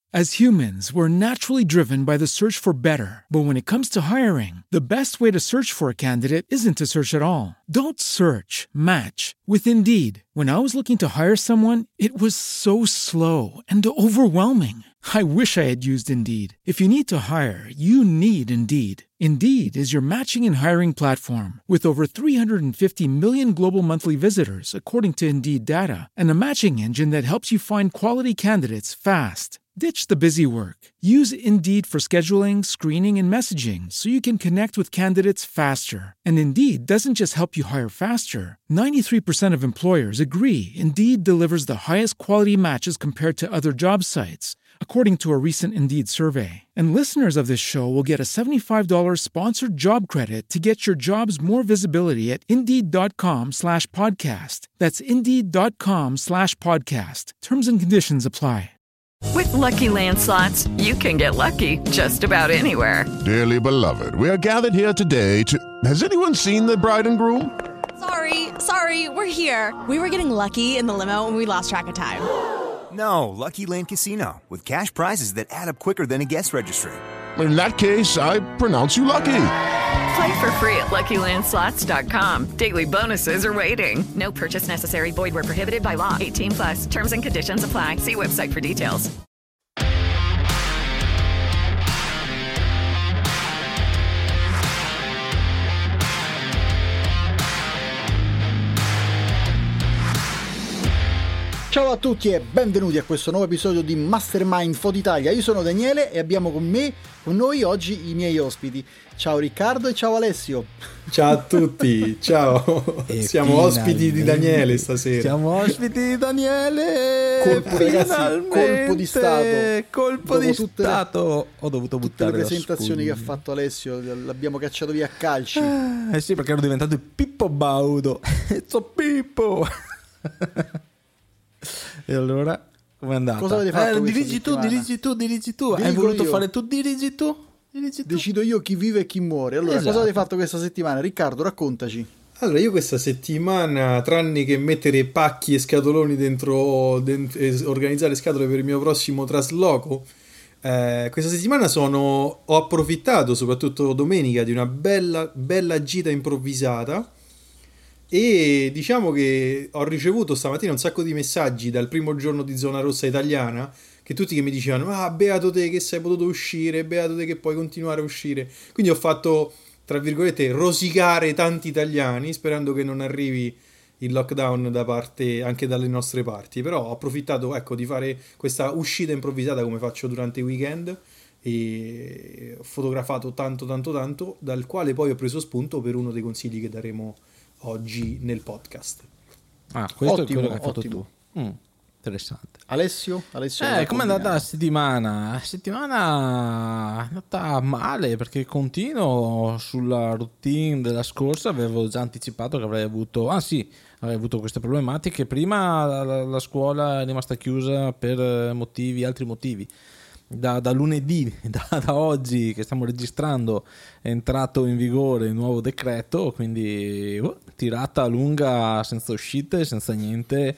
As humans, we're naturally driven by the search for better. But when it comes to hiring, the best way to search for a candidate isn't to search at all. Don't search, match with Indeed. When I was looking to hire someone, it was so slow and overwhelming. I wish I had used Indeed. If you need to hire, you need Indeed. Indeed is your matching and hiring platform with over 350 million global monthly visitors, according to Indeed data, and a matching engine that helps you find quality candidates fast. Ditch the busy work. Use Indeed for scheduling, screening, and messaging so you can connect with candidates faster. And Indeed doesn't just help you hire faster. 93% of employers agree Indeed delivers the highest quality matches compared to other job sites, according to a recent Indeed survey. And listeners of this show will get a $75 sponsored job credit to get your jobs more visibility at Indeed.com/podcast. That's Indeed.com/podcast. Terms and conditions apply. With Lucky Land Slots, you can get lucky just about anywhere. Dearly beloved, we are gathered here today to... Has anyone seen the bride and groom? Sorry, we're here. We were getting lucky in the limo and we lost track of time. No, Lucky Land Casino, with cash prizes that add up quicker than a guest registry. In that case, I pronounce you lucky. Play for free at LuckyLandSlots.com. Daily bonuses are waiting. No purchase necessary. Void where prohibited by law. 18+. Terms and conditions apply. See website for details. Ciao a tutti e benvenuti a questo nuovo episodio di Mastermind Food Italia. Io sono Daniele e abbiamo con noi oggi i miei ospiti. Ciao Riccardo e ciao Alessio. Ciao a tutti, ciao. Siamo ospiti di Daniele stasera. Siamo ospiti di Daniele. Colpo di stato. Colpo di stato. Ho dovuto buttare le presentazioni che ha fatto Alessio, l'abbiamo cacciato via a calci. Sì, perché ero diventato il Pippo Baudo. So Pippo. E allora come è andata? Cosa avete fatto? Dirigi tu. Hai voluto fare tu, dirigi tu. Decido io chi vive e chi muore. Allora, esatto. Cosa avete fatto questa settimana? Riccardo, raccontaci. Allora, io questa settimana, tranne che mettere pacchi e scatoloni dentro e organizzare scatole per il mio prossimo trasloco, questa settimana ho approfittato, soprattutto domenica, di una bella gita improvvisata. E diciamo che ho ricevuto stamattina un sacco di messaggi dal primo giorno di Zona Rossa Italiana, che tutti che mi dicevano: ah, beato te che sei potuto uscire, beato te che puoi continuare a uscire. Quindi ho fatto, tra virgolette, rosicare tanti italiani, sperando che non arrivi il lockdown da parte anche dalle nostre parti. Però ho approfittato, ecco, di fare questa uscita improvvisata come faccio durante i weekend, e ho fotografato tanto, dal quale poi ho preso spunto per uno dei consigli che daremo oggi nel podcast. Questo ottimo, è quello che hai fatto tu. Interessante. Alessio come è andata la settimana? La settimana è andata male perché continuo sulla routine della scorsa. Avevo già anticipato che avrei avuto queste problematiche. Prima la scuola è rimasta chiusa per altri motivi. Da lunedì, da oggi che stiamo registrando, è entrato in vigore il nuovo decreto, quindi tirata lunga, senza uscite, senza niente,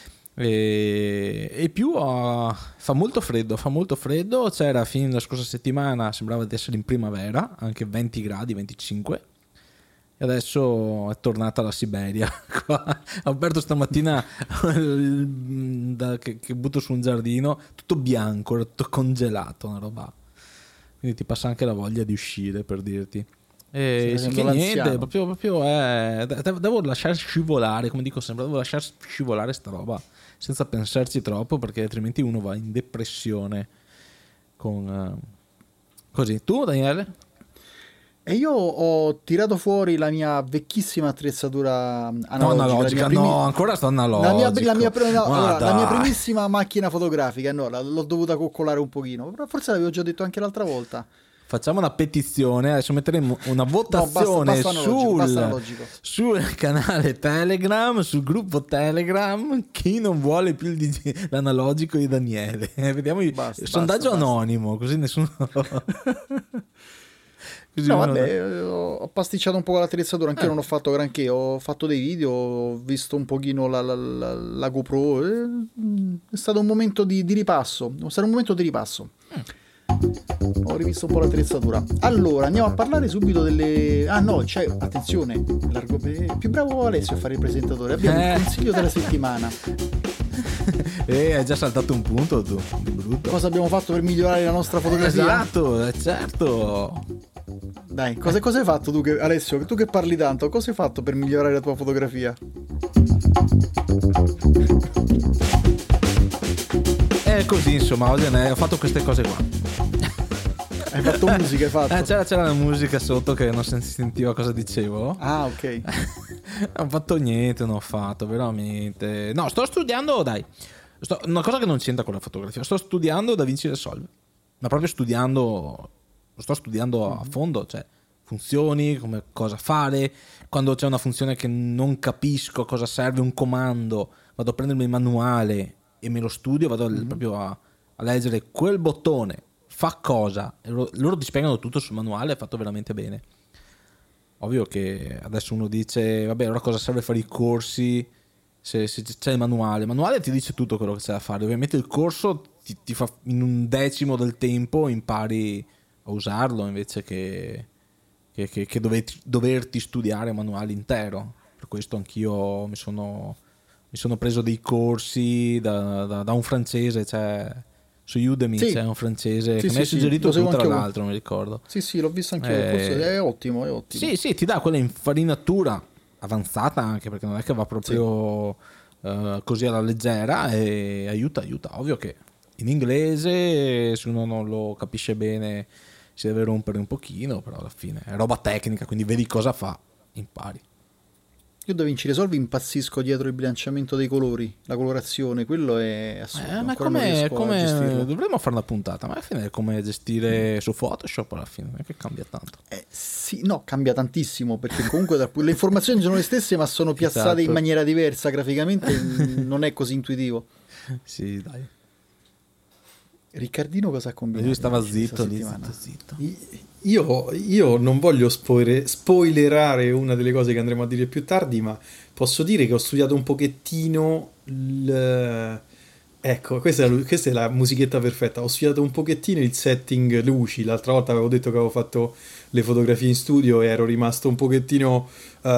e più fa molto freddo. C'era fino alla scorsa settimana, sembrava di essere in primavera, anche 20 gradi, 25, e adesso è tornata la Siberia. Qua ho aperto stamattina che butto su un giardino, tutto bianco, tutto congelato, una roba. Quindi ti passa anche la voglia di uscire, per dirti. E sì, che niente, proprio devo lasciare scivolare, come dico sempre, devo lasciare scivolare sta roba senza pensarci troppo, perché altrimenti uno va in depressione così. Tu, Daniele? E io ho tirato fuori la mia vecchissima attrezzatura analogica. Ancora sta analogica. La mia primissima macchina fotografica, l'ho dovuta coccolare un pochino. Però forse l'avevo già detto anche l'altra volta. Facciamo una petizione, adesso metteremo una votazione sul canale Telegram, sul gruppo Telegram, chi non vuole più l'analogico di Daniele. Vediamo il sondaggio anonimo, così nessuno... Così No, uno- vabbè, ho pasticciato un po' l'attrezzatura, anche io non ho fatto granché, ho fatto dei video, ho visto un pochino la GoPro, è stato un momento di ripasso, è stato un momento di ripasso. Ho rivisto un po' l'attrezzatura. Allora, andiamo a parlare subito delle... Ah no, c'è, attenzione, più bravo Alessio a fare il presentatore, abbiamo il consiglio della settimana. hai già saltato un punto tu, di brutto. Cosa abbiamo fatto per migliorare la nostra fotografia? Esatto, certo. Dai, cosa hai fatto tu, Alessio, tu che parli tanto, cosa hai fatto per migliorare la tua fotografia? È così, insomma, oggi ho fatto queste cose qua. Hai fatto musica, hai fatto? C'era la musica sotto che non si sentiva cosa dicevo. Ah, ok. Non ho fatto niente, non ho fatto veramente. No, sto studiando, dai. Una cosa che non c'entra con la fotografia. Sto studiando DaVinci Resolve. Ma proprio studiando. Lo sto studiando a fondo, cioè funzioni, come cosa fare. Quando c'è una funzione che non capisco cosa serve, un comando, vado a prendermi il manuale e me lo studio, vado proprio a leggere quel bottone, fa cosa. E loro ti spiegano tutto sul manuale, è fatto veramente bene. Ovvio che adesso uno dice, vabbè, allora cosa serve fare i corsi se c'è il manuale? Il manuale ti dice tutto quello che c'è da fare. Ovviamente il corso ti fa in un decimo del tempo impari a usarlo invece che doverti studiare un manuale intero. Per questo anch'io mi sono preso dei corsi da un francese, cioè su Udemy c'è un francese che mi ha suggerito tu, tra l'altro, non mi ricordo. Sì, l'ho visto anche io, è ottimo, è ottimo. Sì, ti dà quella infarinatura avanzata, anche perché non è che va proprio così alla leggera, e aiuta. Ovvio che in inglese, se uno non lo capisce bene, si deve rompere un pochino, però alla fine è roba tecnica, quindi vedi cosa fa, impari. Io DaVinci Resolve impazzisco dietro il bilanciamento dei colori, la colorazione, quello è assurdo. Ma come dovremmo fare una puntata, ma alla fine è come gestire su Photoshop, alla fine non è che cambia tanto. Sì, no, cambia tantissimo, perché comunque le informazioni sono le stesse, ma sono piazzate Esatto. in maniera diversa, graficamente non è così intuitivo. Sì, dai. Riccardino cosa ha combinato? Lui stava zitto. Io non voglio spoilerare una delle cose che andremo a dire più tardi, ma posso dire che ho studiato un pochettino ecco, questa è la musichetta perfetta. Ho studiato un pochettino il setting luci. L'altra volta avevo detto che avevo fatto le fotografie in studio e ero rimasto un pochettino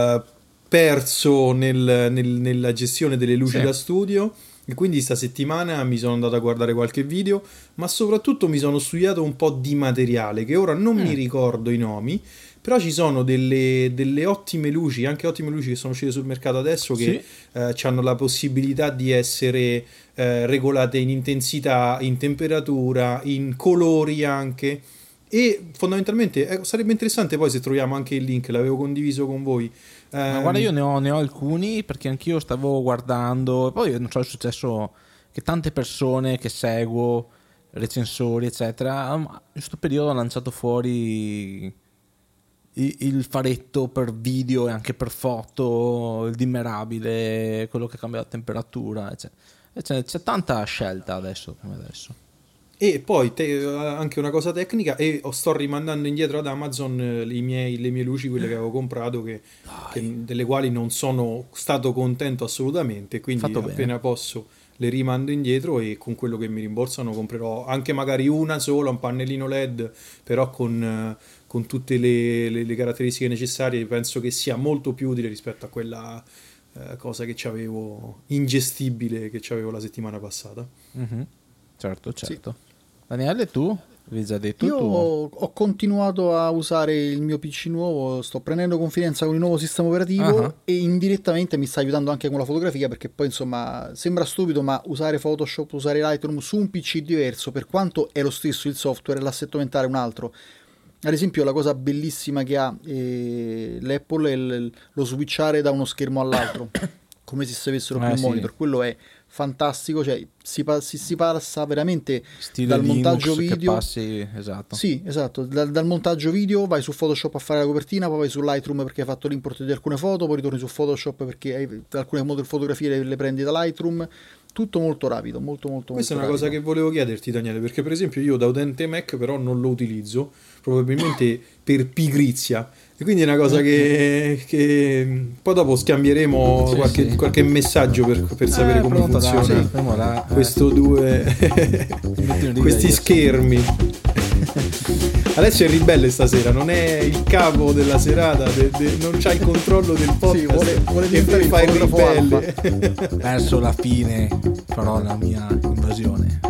perso nella gestione delle luci da studio. E quindi sta settimana mi sono andato a guardare qualche video, ma soprattutto mi sono studiato un po' di materiale che ora non mi ricordo i nomi, però ci sono delle ottime luci, anche ottime luci che sono uscite sul mercato adesso, che hanno la possibilità di essere regolate in intensità, in temperatura, in colori anche. E fondamentalmente sarebbe interessante poi se troviamo anche il link, l'avevo condiviso con voi. Ma guarda, io ne ho alcuni, perché anch'io stavo guardando, e poi non so, è successo che tante persone che seguo, recensori eccetera, in questo periodo hanno lanciato fuori il faretto per video e anche per foto, il dimmerabile, quello che cambia la temperatura, eccetera. C'è tanta scelta adesso come adesso. E poi anche una cosa tecnica, e sto rimandando indietro ad Amazon le mie luci, quelle che avevo comprato, delle quali non sono stato contento assolutamente, quindi appena posso le rimando indietro, e con quello che mi rimborsano comprerò anche magari una sola, un pannellino LED, però con tutte le caratteristiche necessarie. Penso che sia molto più utile rispetto a quella cosa che c'avevo, ingestibile, che c'avevo la settimana passata. Mm-hmm. Certo. Sì. Daniele, tu? Avevi già detto. Io ho continuato a usare il mio PC nuovo, sto prendendo confidenza con il nuovo sistema operativo e indirettamente mi sta aiutando anche con la fotografia, perché poi insomma sembra stupido, ma usare Photoshop, usare Lightroom su un PC diverso, per quanto è lo stesso il software e l'assetto mentale è un altro. Ad esempio la cosa bellissima che ha l'Apple è lo switchare da uno schermo all'altro come se si avessero più monitor, quello è fantastico, cioè si passa veramente stile dal Linux, montaggio video, esatto. Sì, esatto, dal montaggio video vai su Photoshop a fare la copertina, poi vai su Lightroom perché hai fatto l'import di alcune foto, poi ritorni su Photoshop perché alcune fotografie le prendi da Lightroom, tutto molto rapido, molto molto Questa molto è una cosa rapido. che volevo chiederti, Daniele, perché per esempio io da utente Mac però non lo utilizzo, probabilmente per pigrizia, e quindi è una cosa che poi dopo scambieremo Sì, sì. qualche messaggio per sapere come pronto, dai, funziona fermo là, questo due metti in riga questi io, sì. schermi. Alessio è ribelle stasera, non è il capo della serata, non c'ha il controllo del podcast, vuole e diventare il fa il fotografo ribelle. Verso la fine farò la mia invasione.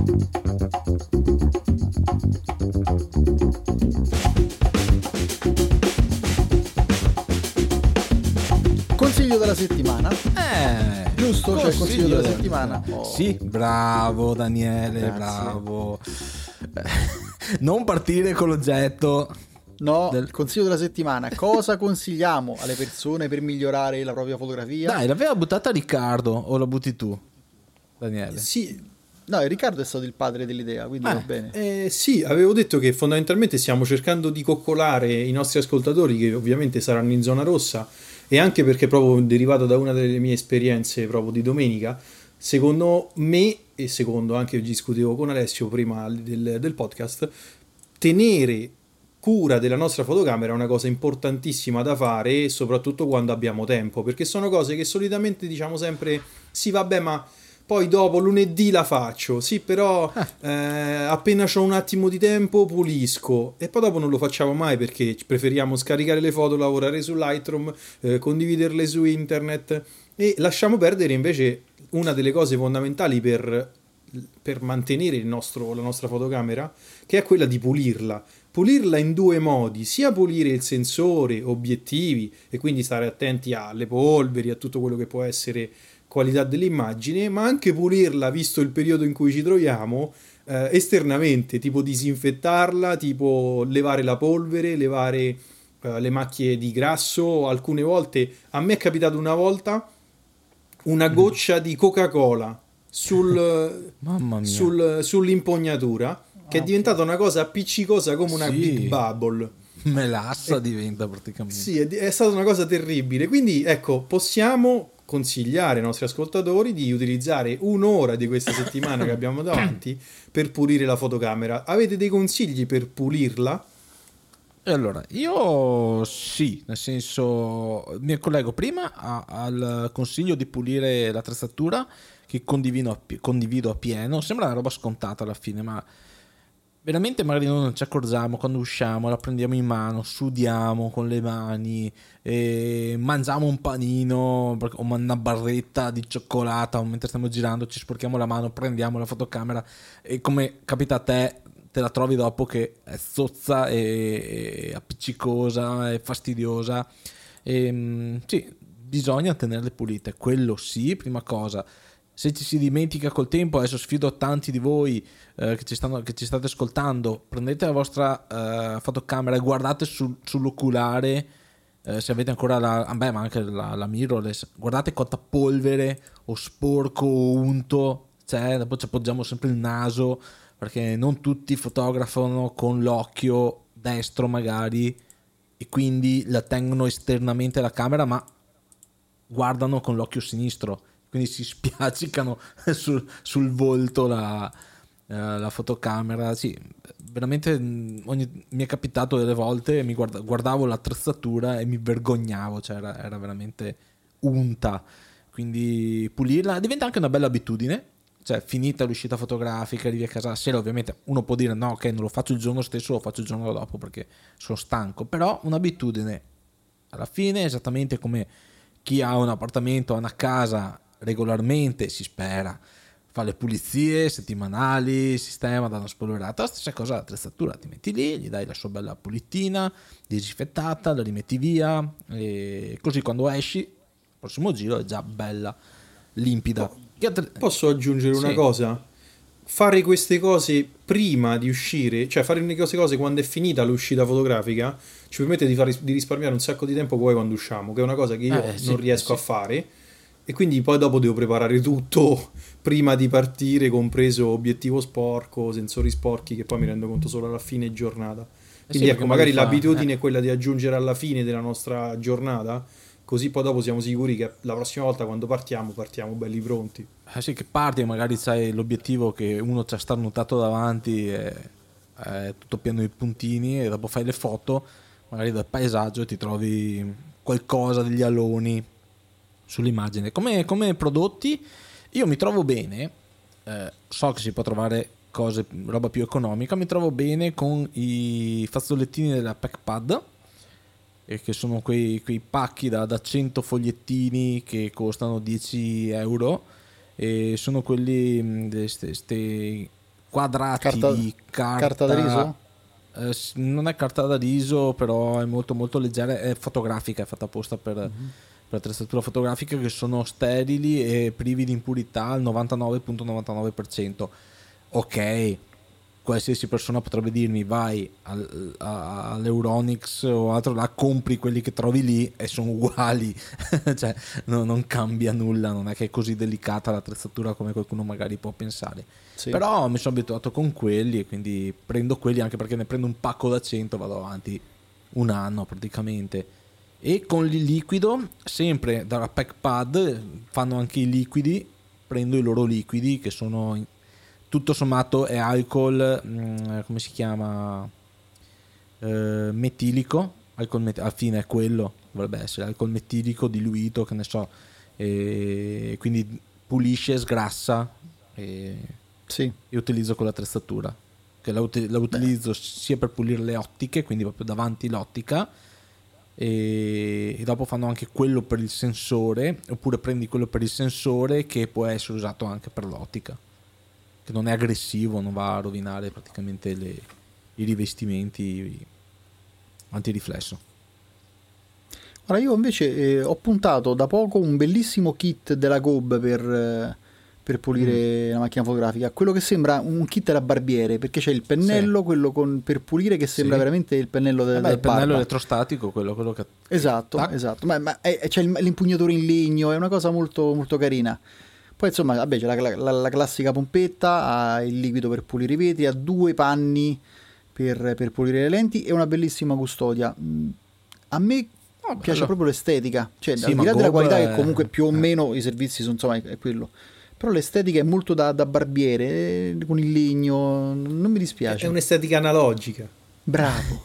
Consiglio della settimana. Giusto? C'è il consiglio della della settimana. Oh. Sì, bravo Daniele, Grazie. bravo. Non partire con l'oggetto. No, il consiglio della settimana. Cosa consigliamo alle persone per migliorare la propria fotografia? Dai, l'aveva buttata Riccardo o la butti tu, Daniele? Sì, No, Riccardo è stato il padre dell'idea, quindi va bene. sì, avevo detto che fondamentalmente stiamo cercando di coccolare i nostri ascoltatori, che ovviamente saranno in zona rossa, e anche perché proprio derivato da una delle mie esperienze proprio di domenica, secondo me, e secondo anche io discutevo con Alessio prima del podcast, tenere cura della nostra fotocamera è una cosa importantissima da fare, soprattutto quando abbiamo tempo, perché sono cose che solitamente diciamo sempre, sì vabbè, ma poi dopo lunedì la faccio, sì però appena c'ho un attimo di tempo pulisco, e poi dopo non lo facciamo mai perché preferiamo scaricare le foto, lavorare su Lightroom, condividerle su internet, e lasciamo perdere invece una delle cose fondamentali per mantenere la nostra fotocamera, che è quella di pulirla in due modi, sia pulire il sensore, obiettivi, e quindi stare attenti alle polveri, a tutto quello che può essere qualità dell'immagine, ma anche pulirla, visto il periodo in cui ci troviamo, esternamente, tipo disinfettarla, tipo levare la polvere, levare le macchie di grasso. Alcune volte, a me è capitato una volta, una goccia di Coca-Cola Mamma mia. sull'impugnatura, che è diventata una cosa appiccicosa come una Sì. Big Bubble. Melassa diventa praticamente. Sì, è stata una cosa terribile. Quindi ecco, possiamo consigliare ai nostri ascoltatori di utilizzare un'ora di questa settimana che abbiamo davanti per pulire la fotocamera. Avete dei consigli per pulirla? E allora, io sì, nel senso, mi collego prima al consiglio di pulire l'attrezzatura, che condivido appieno. Sembra una roba scontata alla fine, ma veramente magari noi non ci accorgiamo quando usciamo, la prendiamo in mano, sudiamo con le mani, mangiamo un panino o una barretta di cioccolata, mentre stiamo girando ci sporchiamo la mano, prendiamo la fotocamera e, come capita a te la trovi dopo che è zozza e appiccicosa e fastidiosa. Sì, bisogna tenerle pulite, quello sì, prima cosa. Se ci si dimentica col tempo, adesso sfido tanti di voi che ci state ascoltando, prendete la vostra fotocamera e guardate sull'oculare, se avete ancora ma anche la mirrorless, guardate quanta polvere o sporco o unto c'è, dopo ci appoggiamo sempre il naso, perché non tutti fotografano con l'occhio destro magari, e quindi la tengono esternamente la camera, ma guardano con l'occhio sinistro, quindi si spiaccicano sul volto la fotocamera. Sì, veramente mi è capitato delle volte, guardavo l'attrezzatura e mi vergognavo, cioè era veramente unta. Quindi pulirla diventa anche una bella abitudine, cioè finita l'uscita fotografica, arrivi a casa la sera, ovviamente uno può dire no, ok, non lo faccio il giorno stesso, lo faccio il giorno dopo perché sono stanco, però un'abitudine alla fine, esattamente come chi ha un appartamento, ha una casa, regolarmente si spera fa le pulizie settimanali, sistema, dà una spolverata, la stessa cosa l'attrezzatura, ti metti lì, gli dai la sua bella pulitina, disinfettata, la rimetti via, e così quando esci il prossimo giro è già bella limpida. Posso aggiungere una cosa? Fare queste cose prima di uscire, cioè fare queste cose quando è finita l'uscita fotografica, ci permette di risparmiare un sacco di tempo poi quando usciamo, che è una cosa che io non riesco a fare, e quindi poi dopo devo preparare tutto prima di partire, compreso obiettivo sporco, sensori sporchi, che poi mi rendo conto solo alla fine giornata. Quindi ecco, magari l'abitudine è quella di aggiungere alla fine della nostra giornata così poi dopo siamo sicuri che la prossima volta quando partiamo belli pronti. Sì, che parti e magari c'hai l'obiettivo che uno c'ha starnutato davanti e è tutto pieno di puntini, e dopo fai le foto magari dal paesaggio e ti trovi qualcosa degli aloni sull'immagine. Come prodotti io mi trovo bene, so che si può trovare roba più economica, mi trovo bene con i fazzolettini della PackPad, che sono quei pacchi da 100 fogliettini che costano 10 euro, e sono quelli quadrati di carta da riso? Non è carta da riso, però è molto molto leggera, è fotografica, è fatta apposta per attrezzatura fotografica, che sono sterili e privi di impurità al 99,99%. Ok, qualsiasi persona potrebbe dirmi vai all'Euronix o altro, là compri quelli che trovi lì e sono uguali cioè non cambia nulla, non è che è così delicata l'attrezzatura come qualcuno magari può pensare. Sì. Però mi sono abituato con quelli e quindi prendo quelli, anche perché ne prendo un pacco da 100, vado avanti un anno praticamente. E con il liquido, sempre dalla PackPad fanno anche i liquidi, prendo i loro liquidi che sono tutto sommato è alcol, come si chiama, metilico, alla fine è quello, dovrebbe essere alcol metilico diluito, che ne so, e quindi pulisce, sgrassa, e utilizzo quell'attrezzatura che la utilizzo sia per pulire le ottiche, quindi proprio davanti l'ottica, e dopo fanno anche quello per il sensore, oppure prendi quello per il sensore che può essere usato anche per l'ottica, che non è aggressivo, non va a rovinare praticamente i rivestimenti antiriflesso. Ora io invece ho puntato da poco un bellissimo kit della Gob per pulire la macchina fotografica, quello che sembra un kit da barbiere, perché c'è il pennello, quello per pulire, che sembra veramente il pennello del il pennello elettrostatico, quello che esatto, ma c'è l'impugnatore in legno, è una cosa molto molto carina. Poi insomma, vabbè, c'è la classica pompetta, ha il liquido per pulire i vetri, ha 2 panni per pulire le lenti e una bellissima custodia. A me piace proprio l'estetica, cioè al di là della qualità, che comunque più o meno i servizi sono, insomma, è quello. Però l'estetica è molto da barbiere, con il legno, non mi dispiace. È un'estetica analogica. Bravo.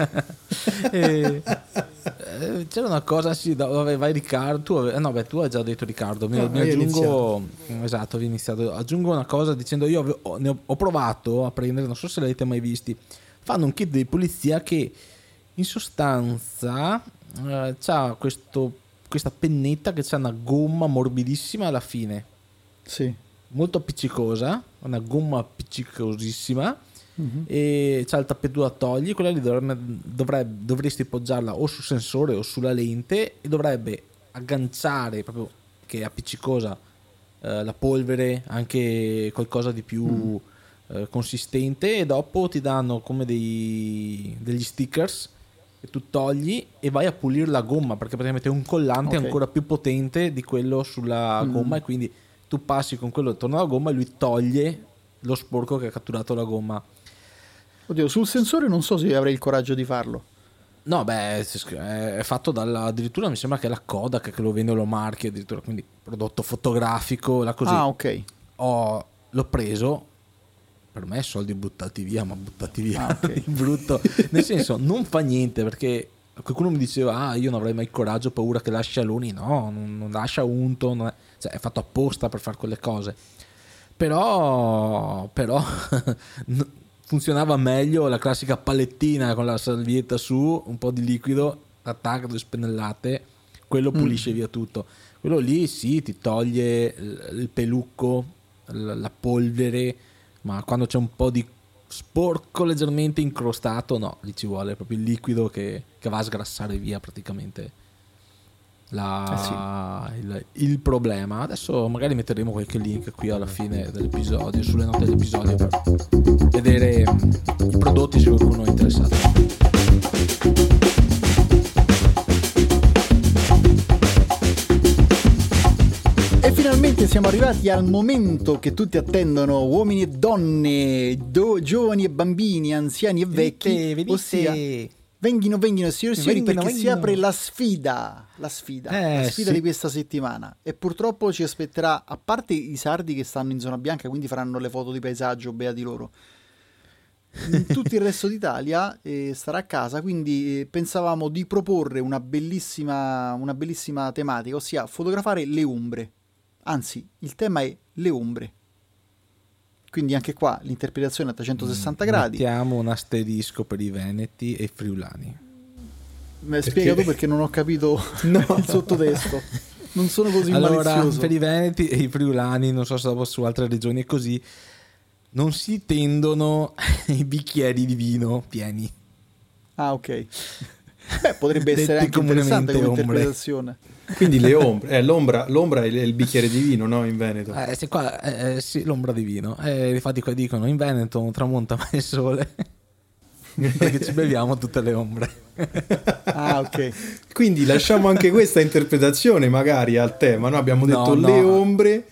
C'era una cosa, vai Riccardo, tu hai già detto Riccardo, mi aggiungo, esatto, avevi iniziato, aggiungo una cosa dicendo io ho provato a prendere, non so se l'avete mai visti, fanno un kit di pulizia che in sostanza c'ha questa pennetta che c'ha una gomma morbidissima alla fine, molto appiccicosa, una gomma appiccicosissima. E c'ha il tappeto da togli, quella lì dovresti poggiarla o sul sensore o sulla lente, e dovrebbe agganciare, proprio che è appiccicosa, la polvere, anche qualcosa di più consistente, e dopo ti danno come degli stickers che tu togli e vai a pulire la gomma, perché praticamente è un collante ancora più potente di quello sulla gomma, e quindi tu passi con quello attorno alla gomma e lui toglie lo sporco che ha catturato la gomma. Oddio, sul sensore non so se avrei il coraggio di farlo. No, è fatto addirittura mi sembra che è la Kodak che lo vende, lo marchi addirittura, quindi prodotto fotografico, la così. Ah, ok. L'ho preso, per me soldi buttati via, ma buttati via di brutto, nel senso non fa niente, perché qualcuno mi diceva io non avrei mai il coraggio, paura che lasci aloni. No, non lascia unto, cioè, è fatto apposta per fare quelle cose. Però funzionava meglio la classica palettina con la salvietta su, un po' di liquido, attacca 2 spennellate, quello pulisce via tutto. Quello lì ti toglie il pelucco, la polvere, ma quando c'è un po' di sporco leggermente incrostato, no, lì ci vuole proprio il liquido che va a sgrassare via praticamente il problema. Adesso magari metteremo qualche link qui alla fine dell'episodio, sulle note dell'episodio, per vedere i prodotti se qualcuno è interessato. E finalmente siamo arrivati al momento che tutti attendono, uomini e donne, giovani e bambini, anziani e vecchi, ossia Venghino signori perché si apre la sfida sì. di questa settimana, e purtroppo ci aspetterà, a parte i sardi che stanno in zona bianca, quindi faranno le foto di paesaggio, beati loro, in tutto il resto d'Italia starà a casa, quindi pensavamo di proporre una bellissima tematica, ossia fotografare le ombre. Anzi, il tema è le ombre. Quindi anche qua l'interpretazione a 360 gradi. Mettiamo un asterisco per i veneti e i friulani. Spiega tu, perché non ho capito il sottotesto. Non sono così malizioso. Per i veneti e i friulani, non so se su altre regioni è così, non si tendono i bicchieri di vino pieni. Ah, ok. Beh, potrebbe essere anche interessante come interpretazione. Quindi le ombre, l'ombra è il bicchiere di vino, no? In Veneto. Sì, l'ombra di vino. Infatti qua dicono in Veneto non tramonta mai il sole, perché ci beviamo tutte le ombre. Ah, ok. Quindi lasciamo anche questa interpretazione magari al tema, no? Abbiamo detto le ombre.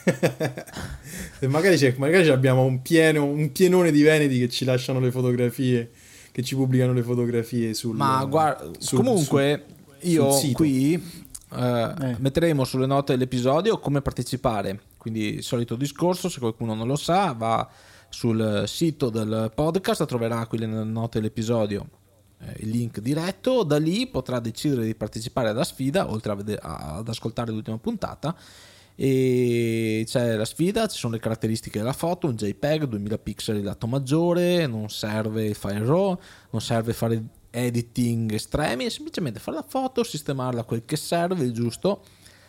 E magari abbiamo un pienone di veneti che ci lasciano le fotografie, che ci pubblicano le fotografie sul. Ma guarda, comunque io qui metteremo sulle note dell'episodio come partecipare, quindi il solito discorso, se qualcuno non lo sa va sul sito del podcast, troverà qui nelle note dell'episodio il link diretto, da lì potrà decidere di partecipare alla sfida, oltre ad ascoltare l'ultima puntata. E c'è la sfida, ci sono le caratteristiche della foto, un JPEG 2000 pixel di lato maggiore, non serve file RAW, non serve fare editing estremi, è semplicemente fare la foto, sistemarla quel che serve, giusto,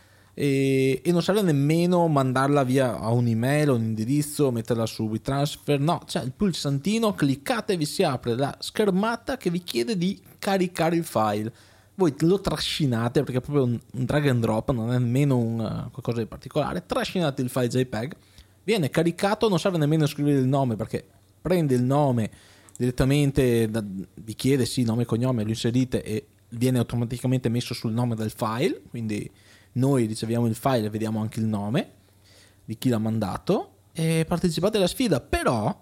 e non serve nemmeno mandarla via a un'email o un indirizzo, metterla su WeTransfer, no, c'è il pulsantino, cliccate e vi si apre la schermata che vi chiede di caricare il file. Voi lo trascinate, perché è proprio un drag and drop, non è nemmeno qualcosa di particolare, trascinate il file JPEG, viene caricato, non serve nemmeno scrivere il nome, perché prende il nome direttamente, vi chiede nome e cognome, lo inserite e viene automaticamente messo sul nome del file, quindi noi riceviamo il file e vediamo anche il nome di chi l'ha mandato e partecipate alla sfida. Però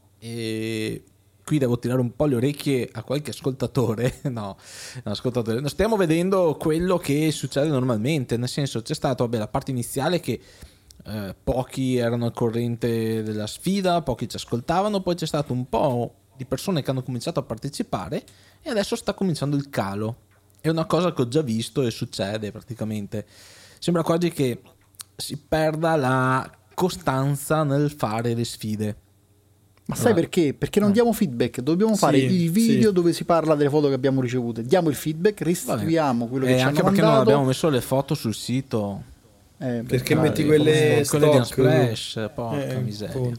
qui devo tirare un po' le orecchie a qualche ascoltatore. No, stiamo vedendo quello che succede normalmente, nel senso, c'è stato la parte iniziale che pochi erano al corrente della sfida, pochi ci ascoltavano, poi c'è stato un po' di persone che hanno cominciato a partecipare e adesso sta cominciando il calo. È una cosa che ho già visto e succede praticamente. Sembra quasi che si perda la costanza nel fare le sfide. Ma sai perché? Perché non diamo feedback. Dobbiamo fare il video dove si parla delle foto che abbiamo ricevute. Diamo il feedback, restituiamo quello che ci hanno mandato. Anche perché non abbiamo messo le foto sul sito. Perché metti quelle di Unsplash, porca miseria.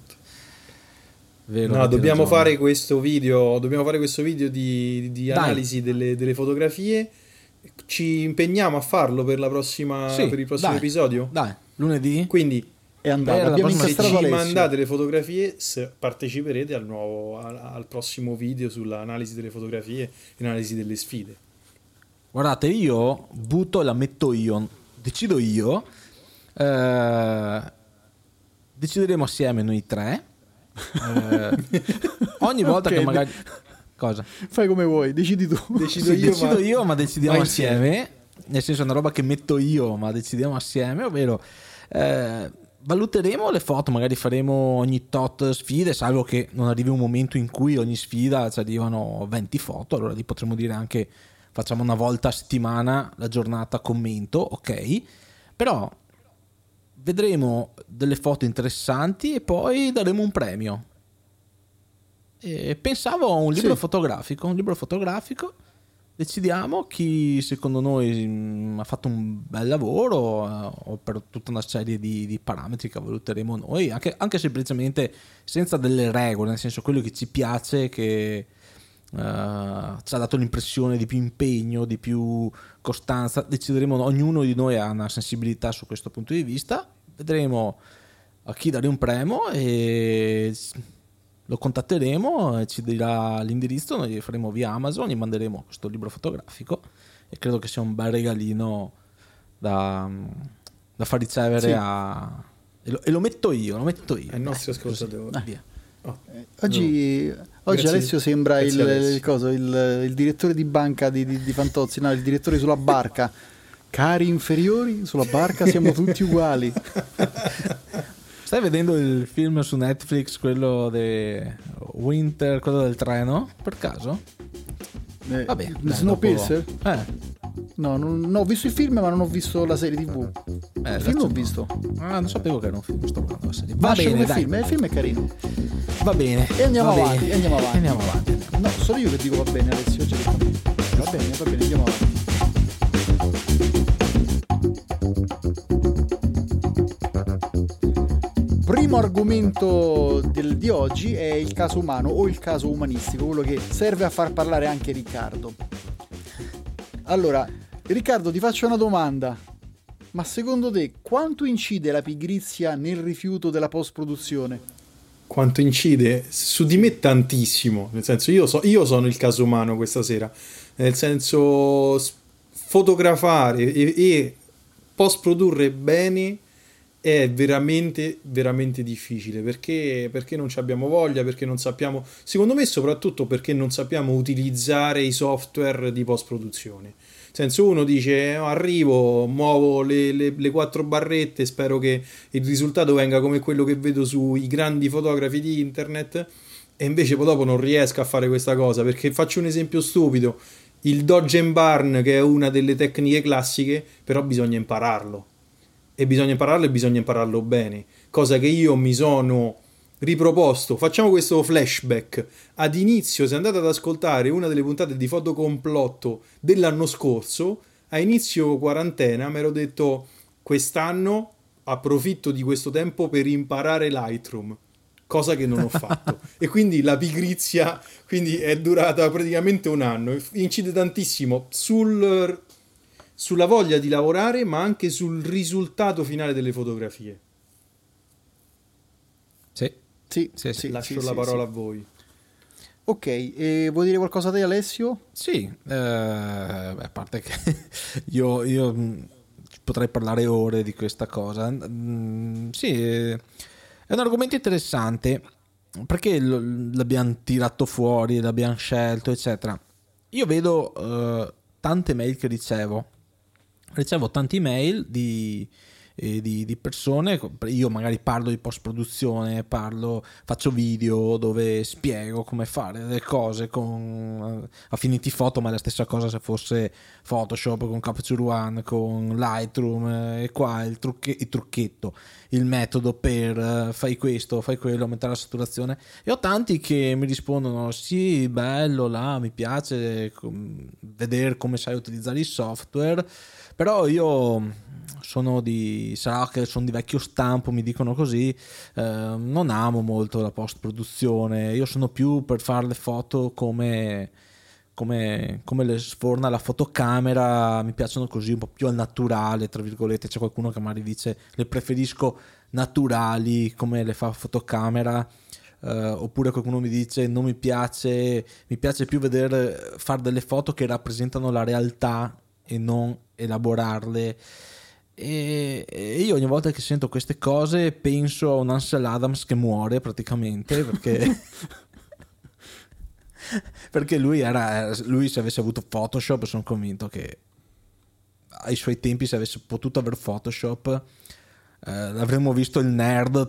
Vero, no, dobbiamo fare questo video di analisi delle fotografie. Ci impegniamo a farlo per la prossima, per il prossimo episodio. Dai, lunedì. Quindi è andato. Abbiamo se ci mandate le fotografie, parteciperete al prossimo video sull'analisi delle fotografie e analisi delle sfide. Guardate, io butto e la metto io, decido io. Decideremo assieme noi tre. Ogni volta che magari cosa fai come vuoi, decidi tu. Decido io, ma decidiamo assieme. Nel senso, è una roba che metto io, ma decidiamo assieme, ovvero valuteremo le foto, magari faremo ogni tot sfide, salvo che non arrivi un momento in cui ogni sfida ci arrivano 20 foto, allora lì potremmo dire anche facciamo una volta a settimana la giornata commento, ok, però vedremo delle foto interessanti e poi daremo un premio. E pensavo a un libro fotografico, decidiamo chi secondo noi ha fatto un bel lavoro o per tutta una serie di parametri che valuteremo noi, anche semplicemente senza delle regole, nel senso quello che ci piace, che ci ha dato l'impressione di più impegno, di più costanza. Decideremo, ognuno di noi ha una sensibilità su questo punto di vista, vedremo a chi dare un premio e lo contatteremo e ci dirà l'indirizzo, noi faremo via Amazon, gli manderemo questo libro fotografico e credo che sia un bel regalino da far ricevere e lo metto io ai nostri ascoltatori. Oggi Oggi Grazie. Alessio sembra Grazie, Alessio. il direttore di banca di Fantozzi, no, il direttore sulla barca. Cari inferiori, sulla barca siamo tutti uguali. Stai vedendo il film su Netflix, quello di Winter, quello del treno, per caso? Vabbè, Snowpiercer? Dopo... No, no, ho visto il film ma non ho visto la serie TV. Il film l'ho visto. Non sapevo che era un film, sto guardando la serie. Va bene, il film è carino. Va bene. E andiamo va avanti, bene. andiamo avanti. No, sono io che dico va bene, Alessio, oggi va bene, andiamo avanti. Primo argomento di oggi è il caso umano o il caso umanistico, quello che serve a far parlare anche Riccardo. Allora, Riccardo, ti faccio una domanda. Ma secondo te quanto incide la pigrizia nel rifiuto della post-produzione? Quanto incide? Su di me tantissimo. Nel senso, io sono il caso umano questa sera. Nel senso, fotografare e post-produrre bene è veramente veramente difficile perché non ci abbiamo voglia, perché non sappiamo, secondo me soprattutto perché non sappiamo utilizzare i software di post produzione. Nel senso, uno dice arrivo, muovo le 4 barrette, spero che il risultato venga come quello che vedo sui grandi fotografi di internet, e invece poi dopo non riesco a fare questa cosa. Perché faccio un esempio stupido: il Dodge and Burn, che è una delle tecniche classiche, però bisogna impararlo. E bisogna impararlo bene, cosa che io mi sono riproposto. Facciamo questo flashback. Ad inizio, se andate ad ascoltare una delle puntate di Fotocomplotto dell'anno scorso, a inizio quarantena mi ero detto: quest'anno approfitto di questo tempo per imparare Lightroom, cosa che non ho fatto. E quindi la pigrizia è durata praticamente un anno. Incide tantissimo sulla voglia di lavorare, ma anche sul risultato finale delle fotografie. Sì. Lascio la parola a voi. Ok, e vuoi dire qualcosa te, Alessio? Sì, a parte che io potrei parlare ore di questa cosa. Sì, è un argomento interessante perché l'abbiamo tirato fuori, l'abbiamo scelto, eccetera. Io vedo tante mail che ricevo tanti mail di persone. Io magari parlo di post produzione, faccio video dove spiego come fare le cose con Affinity Photo, ma è la stessa cosa se fosse Photoshop, con Capture One, con Lightroom, e qua il trucchetto, il metodo per fai questo, fai quello, aumentare la saturazione. E ho tanti che mi rispondono: sì, bello, là, mi piace vedere come sai utilizzare il software, però io sarà che sono di vecchio stampo, mi dicono così, non amo molto la post produzione, io sono più per fare le foto come le sforna la fotocamera, mi piacciono così, un po' più al naturale, tra virgolette. C'è qualcuno che magari dice le preferisco naturali come le fa fotocamera, oppure qualcuno mi dice non mi piace più vedere fare delle foto che rappresentano la realtà e non elaborarle. E io ogni volta che sento queste cose penso a un Ansel Adams che muore praticamente perché lui se avesse avuto Photoshop, sono convinto che ai suoi tempi, se avesse potuto avere Photoshop, l'avremmo visto il nerd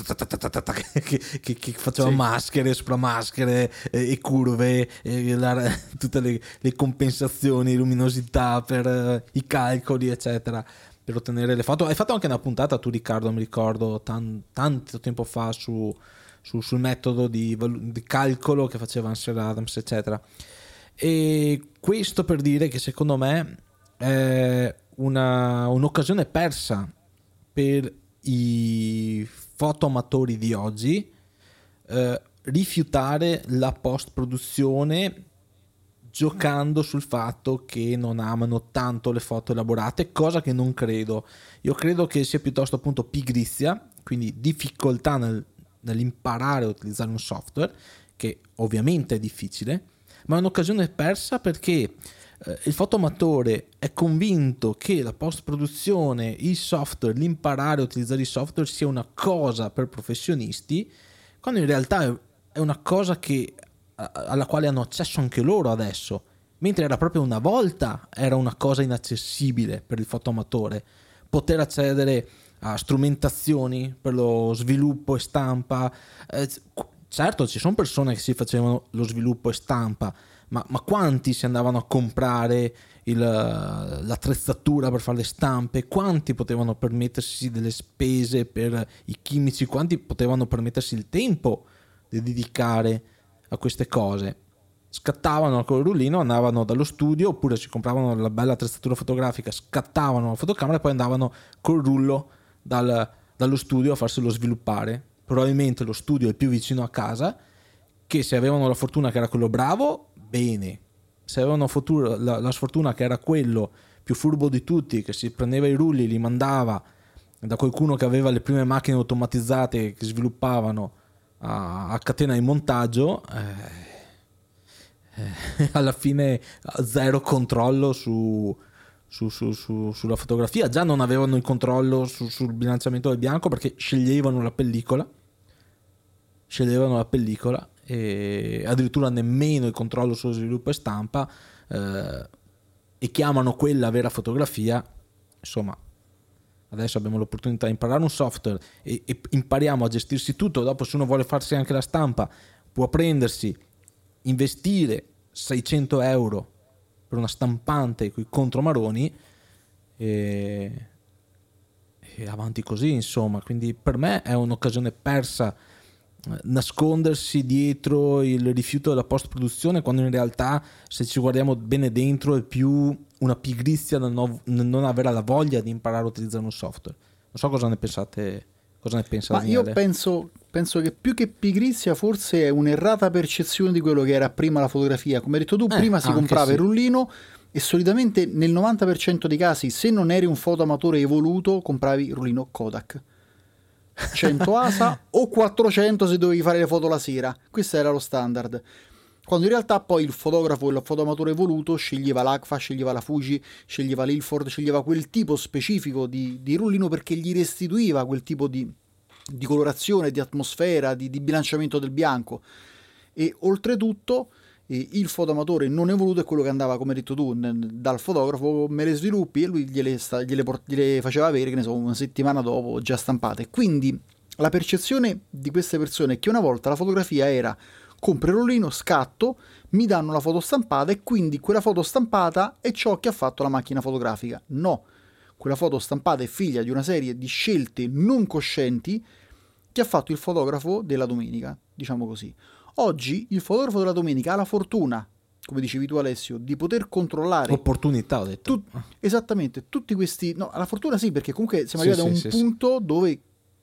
che faceva maschere sopra maschere e curve, tutte le compensazioni, luminosità per i calcoli, eccetera, per ottenere le foto. Hai fatto anche una puntata tu, Riccardo, mi ricordo, tanto tempo fa sul metodo di calcolo che faceva Ansel Adams, eccetera. E questo per dire che secondo me è un'occasione persa per i fotoamatori di oggi rifiutare la post produzione, giocando sul fatto che non amano tanto le foto elaborate, cosa che non credo. Io credo che sia piuttosto appunto pigrizia, quindi difficoltà nell'imparare a utilizzare un software, che ovviamente è difficile, ma è un'occasione persa perché il fotoamatore è convinto che la post produzione, il software, l'imparare a utilizzare i software sia una cosa per professionisti, quando in realtà è una cosa che alla quale hanno accesso anche loro adesso, mentre era proprio una volta era una cosa inaccessibile per il fotoamatore poter accedere a strumentazioni per lo sviluppo e stampa. Certo, ci sono persone che si facevano lo sviluppo e stampa, ma quanti si andavano a comprare l'attrezzatura per fare le stampe? Quanti potevano permettersi delle spese per i chimici? Quanti potevano permettersi il tempo di dedicare a queste cose? Scattavano col rullino, andavano dallo studio, oppure si compravano la bella attrezzatura fotografica, scattavano la fotocamera e poi andavano col rullo dallo studio a farselo sviluppare. Probabilmente lo studio è più vicino a casa, che se avevano la fortuna che era quello bravo, bene. Se avevano la sfortuna che era quello più furbo di tutti, che si prendeva i rulli, li mandava da qualcuno che aveva le prime macchine automatizzate che sviluppavano a catena di montaggio, alla fine zero controllo sulla fotografia. Già non avevano il controllo sul bilanciamento del bianco, perché sceglievano la pellicola e addirittura nemmeno il controllo sullo sviluppo e stampa, e chiamano quella vera fotografia. Insomma, adesso abbiamo l'opportunità di imparare un software e impariamo a gestirsi tutto. Dopo, se uno vuole farsi anche la stampa, può investire 600 euro per una stampante con i contromaroni e avanti così, insomma. Quindi per me è un'occasione persa nascondersi dietro il rifiuto della post produzione, quando in realtà, se ci guardiamo bene dentro, è più una pigrizia nel non avere la voglia di imparare a utilizzare un software. Non so cosa ne pensate. Cosa ne pensa Daniele? Io penso che più che pigrizia forse è un'errata percezione di quello che era prima la fotografia. Come hai detto tu, prima si comprava il rullino e solitamente nel 90% dei casi, se non eri un fotoamatore evoluto, compravi il rullino Kodak 100 ASA o 400 se dovevi fare le foto la sera. Questo era lo standard, quando in realtà poi il fotografo, il fotoamatore evoluto, sceglieva l'Agfa, sceglieva la Fuji, sceglieva l'Ilford, sceglieva quel tipo specifico di rullino, perché gli restituiva quel tipo di colorazione, di atmosfera, di bilanciamento del bianco. E oltretutto il fotoamatore non evoluto è quello che andava, come hai detto tu, dal fotografo: me le sviluppi, e lui gliele faceva avere, che ne so, una settimana dopo già stampate. Quindi la percezione di queste persone è che una volta la fotografia era: compro il rollino, scatto, mi danno la foto stampata e quindi quella foto stampata è ciò che ha fatto la macchina fotografica. No, quella foto stampata è figlia di una serie di scelte non coscienti che ha fatto il fotografo della domenica, diciamo così. Oggi il fotografo della domenica ha la fortuna, come dicevi tu Alessio, di poter controllare... Opportunità, ho detto. Esattamente, tutti questi... No, la fortuna sì, perché comunque siamo arrivati a un punto dove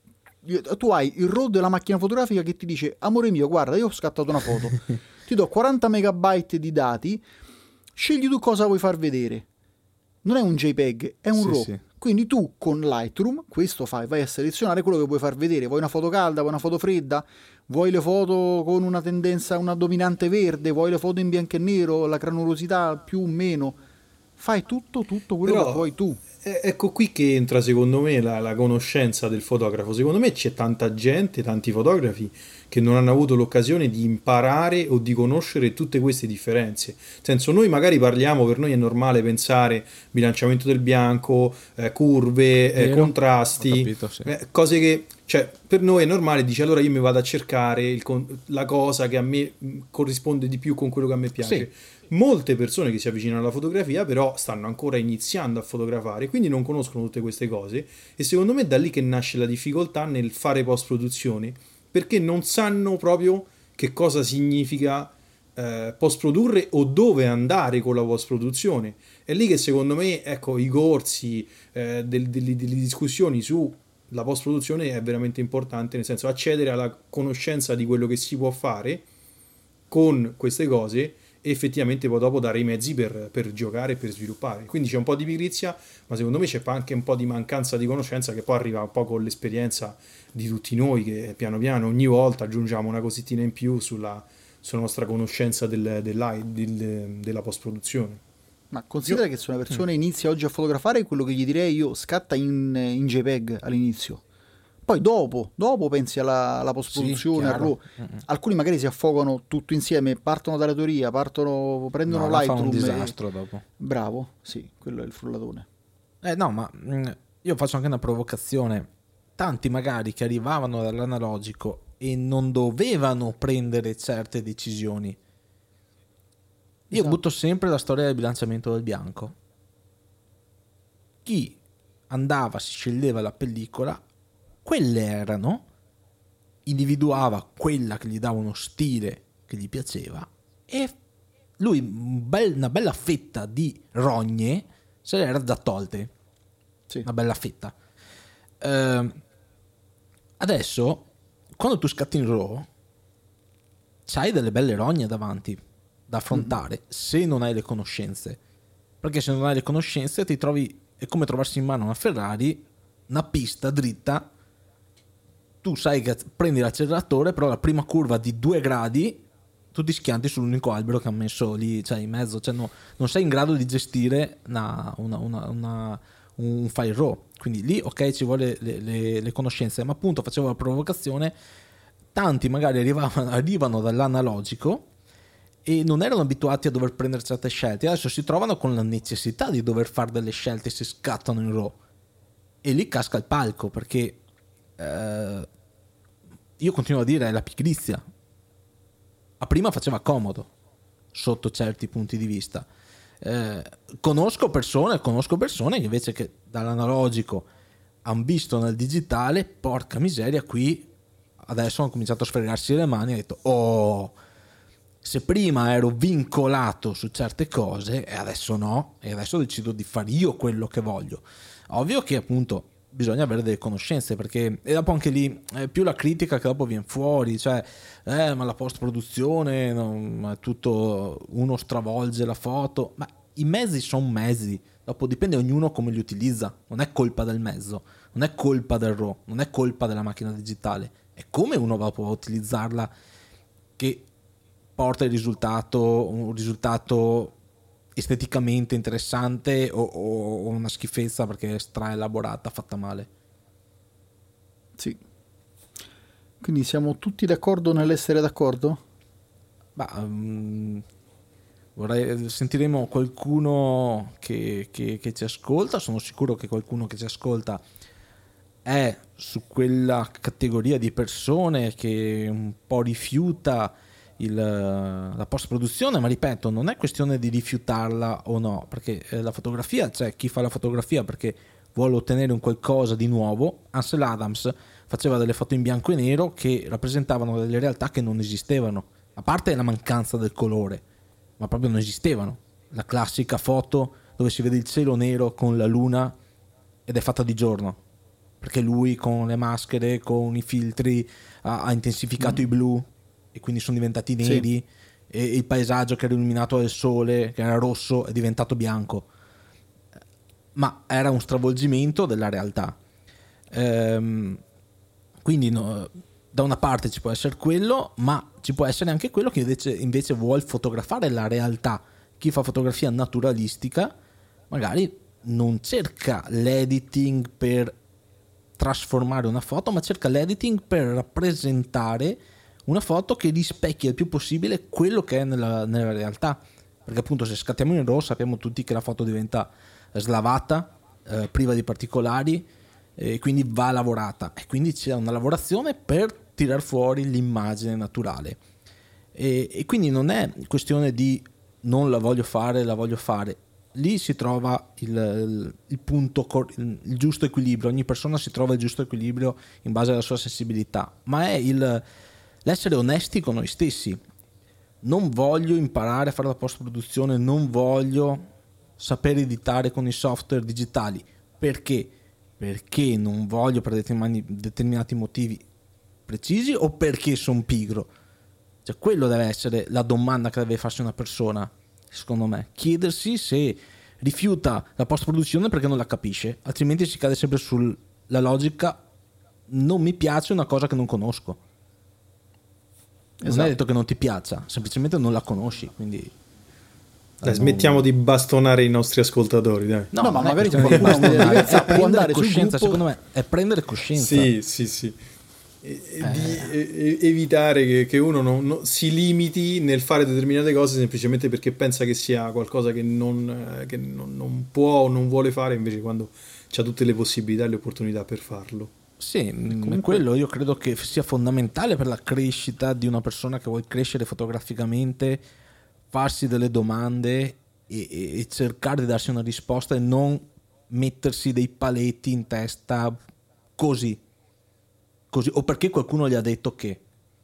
tu hai il RAW della macchina fotografica che ti dice: amore mio, guarda, io ho scattato una foto, ti do 40 megabyte di dati, scegli tu cosa vuoi far vedere. Non è un JPEG, è un RAW. Quindi tu con Lightroom questo fai, vai a selezionare quello che vuoi far vedere. Vuoi una foto calda, vuoi una foto fredda, vuoi le foto con una tendenza, una dominante verde, vuoi le foto in bianco e nero, la granulosità più o meno. Fai tutto quello che vuoi tu. Ecco qui che entra secondo me la conoscenza del fotografo. Secondo me c'è tanta gente, tanti fotografi che non hanno avuto l'occasione di imparare o di conoscere tutte queste differenze. Nel senso, noi magari parliamo, per noi è normale pensare bilanciamento del bianco, curve, contrasti, capito, sì. Cose che, cioè, per noi è normale. Dice: allora io mi vado a cercare la cosa che a me corrisponde di più con quello che a me piace. Sì. Molte persone che si avvicinano alla fotografia però stanno ancora iniziando a fotografare, quindi non conoscono tutte queste cose, e secondo me è da lì che nasce la difficoltà nel fare post produzione, perché non sanno proprio che cosa significa post produrre o dove andare con la post produzione. È lì che secondo me, ecco, i corsi, delle discussioni su la post produzione è veramente importante, nel senso accedere alla conoscenza di quello che si può fare con queste cose e effettivamente poi dopo dare i mezzi per giocare e per sviluppare. Quindi c'è un po' di pigrizia, ma secondo me c'è anche un po' di mancanza di conoscenza, che poi arriva un po' con l'esperienza di tutti noi, che piano piano ogni volta aggiungiamo una cosettina in più sulla nostra conoscenza della post produzione. Ma considera che se una persona inizia oggi a fotografare, quello che gli direi io: scatta in JPEG all'inizio, Poi dopo pensi alla post-produzione, al RAW. Alcuni magari si affogano tutto insieme, partono dalla teoria, prendono Lightroom. Fa un disastro dopo. Bravo, sì, quello è il frullatone. No, ma io faccio anche una provocazione. Tanti magari che arrivavano dall'analogico e non dovevano prendere certe decisioni. Io butto sempre la storia del bilanciamento del bianco. Chi andava, si sceglieva la pellicola, quelle erano, individuava quella che gli dava uno stile che gli piaceva e lui una bella fetta di rogne se le era già tolte. Sì. Una bella fetta. Adesso quando tu scatti in RAW c'hai delle belle rogne davanti da affrontare se non hai le conoscenze, perché se non hai le conoscenze ti trovi, è come trovarsi in mano una Ferrari, una pista dritta, tu sai che prendi l'acceleratore, però la prima curva di 2 gradi tu ti schianti sull'unico albero che ha messo lì, cioè in mezzo, cioè non sei in grado di gestire un file RAW. Quindi lì ok, ci vuole le conoscenze, ma appunto facevo la provocazione, tanti magari arrivano dall'analogico e non erano abituati a dover prendere certe scelte, adesso si trovano con la necessità di dover fare delle scelte se scattano in RAW e lì casca il palco, perché io continuo a dire è la pigrizia. A prima faceva comodo sotto certi punti di vista. Conosco persone che invece che dall'analogico hanno visto nel digitale, porca miseria, qui adesso hanno cominciato a sfregarsi le mani e hanno detto oh, se prima ero vincolato su certe cose e adesso no, e adesso decido di fare io quello che voglio. Ovvio che appunto bisogna avere delle conoscenze, perché e dopo anche lì è più la critica che dopo viene fuori, cioè ma la post produzione è tutto, uno stravolge la foto, ma i mezzi sono mezzi, dopo dipende ognuno come li utilizza, non è colpa del mezzo, non è colpa del RAW, non è colpa della macchina digitale, è come uno va a utilizzarla che porta un risultato esteticamente interessante o una schifezza perché è stra-elaborata, fatta male. Sì. Quindi siamo tutti d'accordo nell'essere d'accordo? Sentiremo qualcuno che ci ascolta, sono sicuro che qualcuno che ci ascolta è su quella categoria di persone che un po' rifiuta la post produzione, ma ripeto, non è questione di rifiutarla o no, perché la fotografia, c'è chi fa la fotografia perché vuole ottenere un qualcosa di nuovo. Ansel Adams faceva delle foto in bianco e nero che rappresentavano delle realtà che non esistevano, a parte la mancanza del colore, ma proprio non esistevano. La classica foto dove si vede il cielo nero con la luna ed è fatta di giorno, perché lui con le maschere, con i filtri ha intensificato i blu e quindi sono diventati neri, sì. E il paesaggio che era illuminato dal sole, che era rosso, è diventato bianco, ma era un stravolgimento della realtà. Quindi da una parte ci può essere quello, ma ci può essere anche quello che invece vuol fotografare la realtà. Chi fa fotografia naturalistica magari non cerca l'editing per trasformare una foto, ma cerca l'editing per rappresentare una foto che rispecchia il più possibile quello che è nella realtà, perché appunto se scattiamo in RAW sappiamo tutti che la foto diventa slavata, priva di particolari, e quindi va lavorata, e quindi c'è una lavorazione per tirar fuori l'immagine naturale, e quindi non è questione di non la voglio fare, la voglio fare. Lì si trova il punto, il giusto equilibrio. Ogni persona si trova il giusto equilibrio in base alla sua sensibilità, ma è l'essere onesti con noi stessi. Non voglio imparare a fare la post produzione, non voglio sapere editare con i software digitali. Perché? Perché non voglio per determinati motivi precisi, o perché sono pigro? Cioè, quello deve essere la domanda che deve farsi una persona, secondo me. Chiedersi se rifiuta la post produzione perché non la capisce, altrimenti si cade sempre sulla logica non mi piace una cosa che non conosco. Non è detto che non ti piaccia, semplicemente non la conosci, quindi Dai, smettiamo di bastonare i nostri ascoltatori, dai. No, ma magari può andare coscienza, secondo me è prendere coscienza. Sì. Di evitare che uno si limiti nel fare determinate cose semplicemente perché pensa che sia qualcosa che non può o non vuole fare, invece quando c'ha tutte le possibilità e le opportunità per farlo. Sì, quello io credo che sia fondamentale per la crescita di una persona che vuole crescere fotograficamente, farsi delle domande e cercare di darsi una risposta e non mettersi dei paletti in testa così, o perché qualcuno gli ha detto che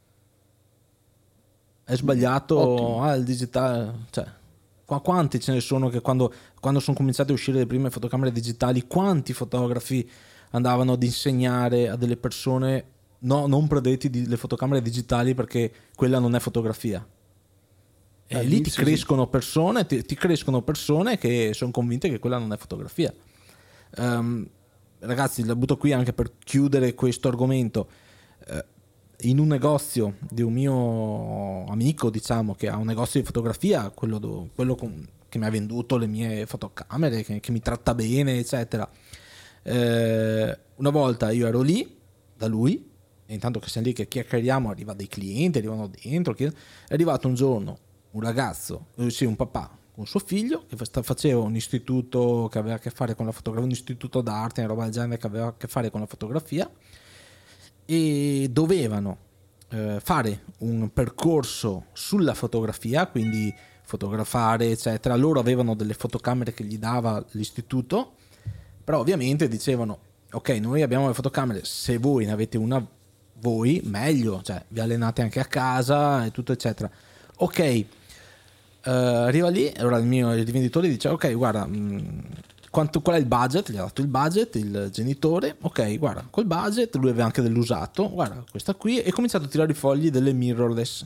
è sbagliato. Il digitale, cioè, quanti ce ne sono che quando sono cominciate a uscire le prime fotocamere digitali, quanti fotografi andavano ad insegnare a delle persone non prendete le fotocamere digitali perché quella non è fotografia. E lì ti crescono persone, ti crescono persone che sono convinte che quella non è fotografia. Ragazzi, la butto qui anche per chiudere questo argomento. In un negozio di un mio amico, diciamo, che ha un negozio di fotografia, quello che mi ha venduto le mie fotocamere, che mi tratta bene, eccetera. Una volta io ero lì da lui, e intanto che siamo lì che chiacchieriamo, arriva dei clienti, arrivano dentro. È arrivato un giorno un ragazzo, un papà con suo figlio che faceva un istituto che aveva a che fare con la fotografia, un istituto d'arte, una roba del genere che aveva a che fare con la fotografia, e dovevano fare un percorso sulla fotografia, quindi fotografare eccetera. Loro avevano delle fotocamere che gli dava l'istituto, però ovviamente dicevano: ok, noi abbiamo le fotocamere, se voi ne avete una voi meglio, cioè vi allenate anche a casa e tutto eccetera. Ok, arriva lì, allora il rivenditore dice: ok, guarda, qual è il budget? Gli ha dato il budget il genitore. Ok, guarda, col budget lui aveva anche dell'usato, guarda questa qui, e ha cominciato a tirare i fogli delle mirrorless,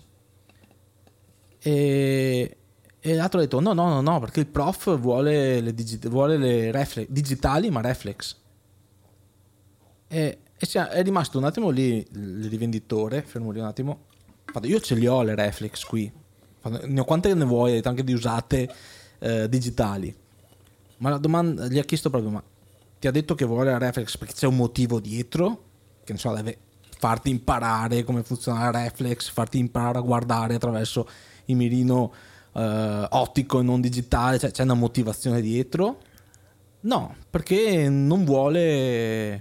e l'altro ha detto no, perché il prof vuole le reflex digitali, ma reflex. E è rimasto un attimo lì il rivenditore, fermo lì un attimo. Io ce li ho le reflex qui, quante ne vuoi, anche di usate digitali. Ma la domanda gli ha chiesto proprio: ma ti ha detto che vuole la reflex perché c'è un motivo dietro? Che ne so, deve farti imparare come funziona la reflex, farti imparare a guardare attraverso il mirino ottico e non digitale, cioè c'è una motivazione dietro? No, perché non vuole,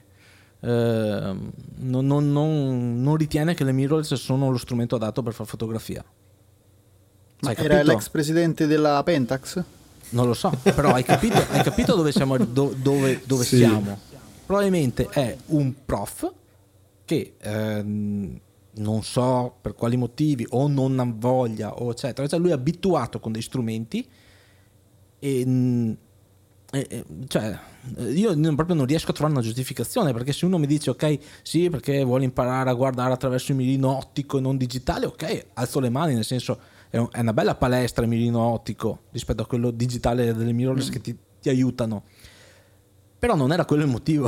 non ritiene che le mirrorless sono lo strumento adatto per fare fotografia. Ma era l'ex presidente della Pentax? Non lo so, però hai capito dove siamo, dove sì. Siamo? Probabilmente è un prof che non so per quali motivi, o non ha voglia, o eccetera, cioè lui è abituato con dei strumenti e cioè io proprio non riesco a trovare una giustificazione, perché se uno mi dice ok, sì, perché vuole imparare a guardare attraverso il mirino ottico e non digitale, ok, alzo le mani, nel senso è una bella palestra il mirino ottico rispetto a quello digitale delle mirrorless che ti aiutano, però non era quello il motivo.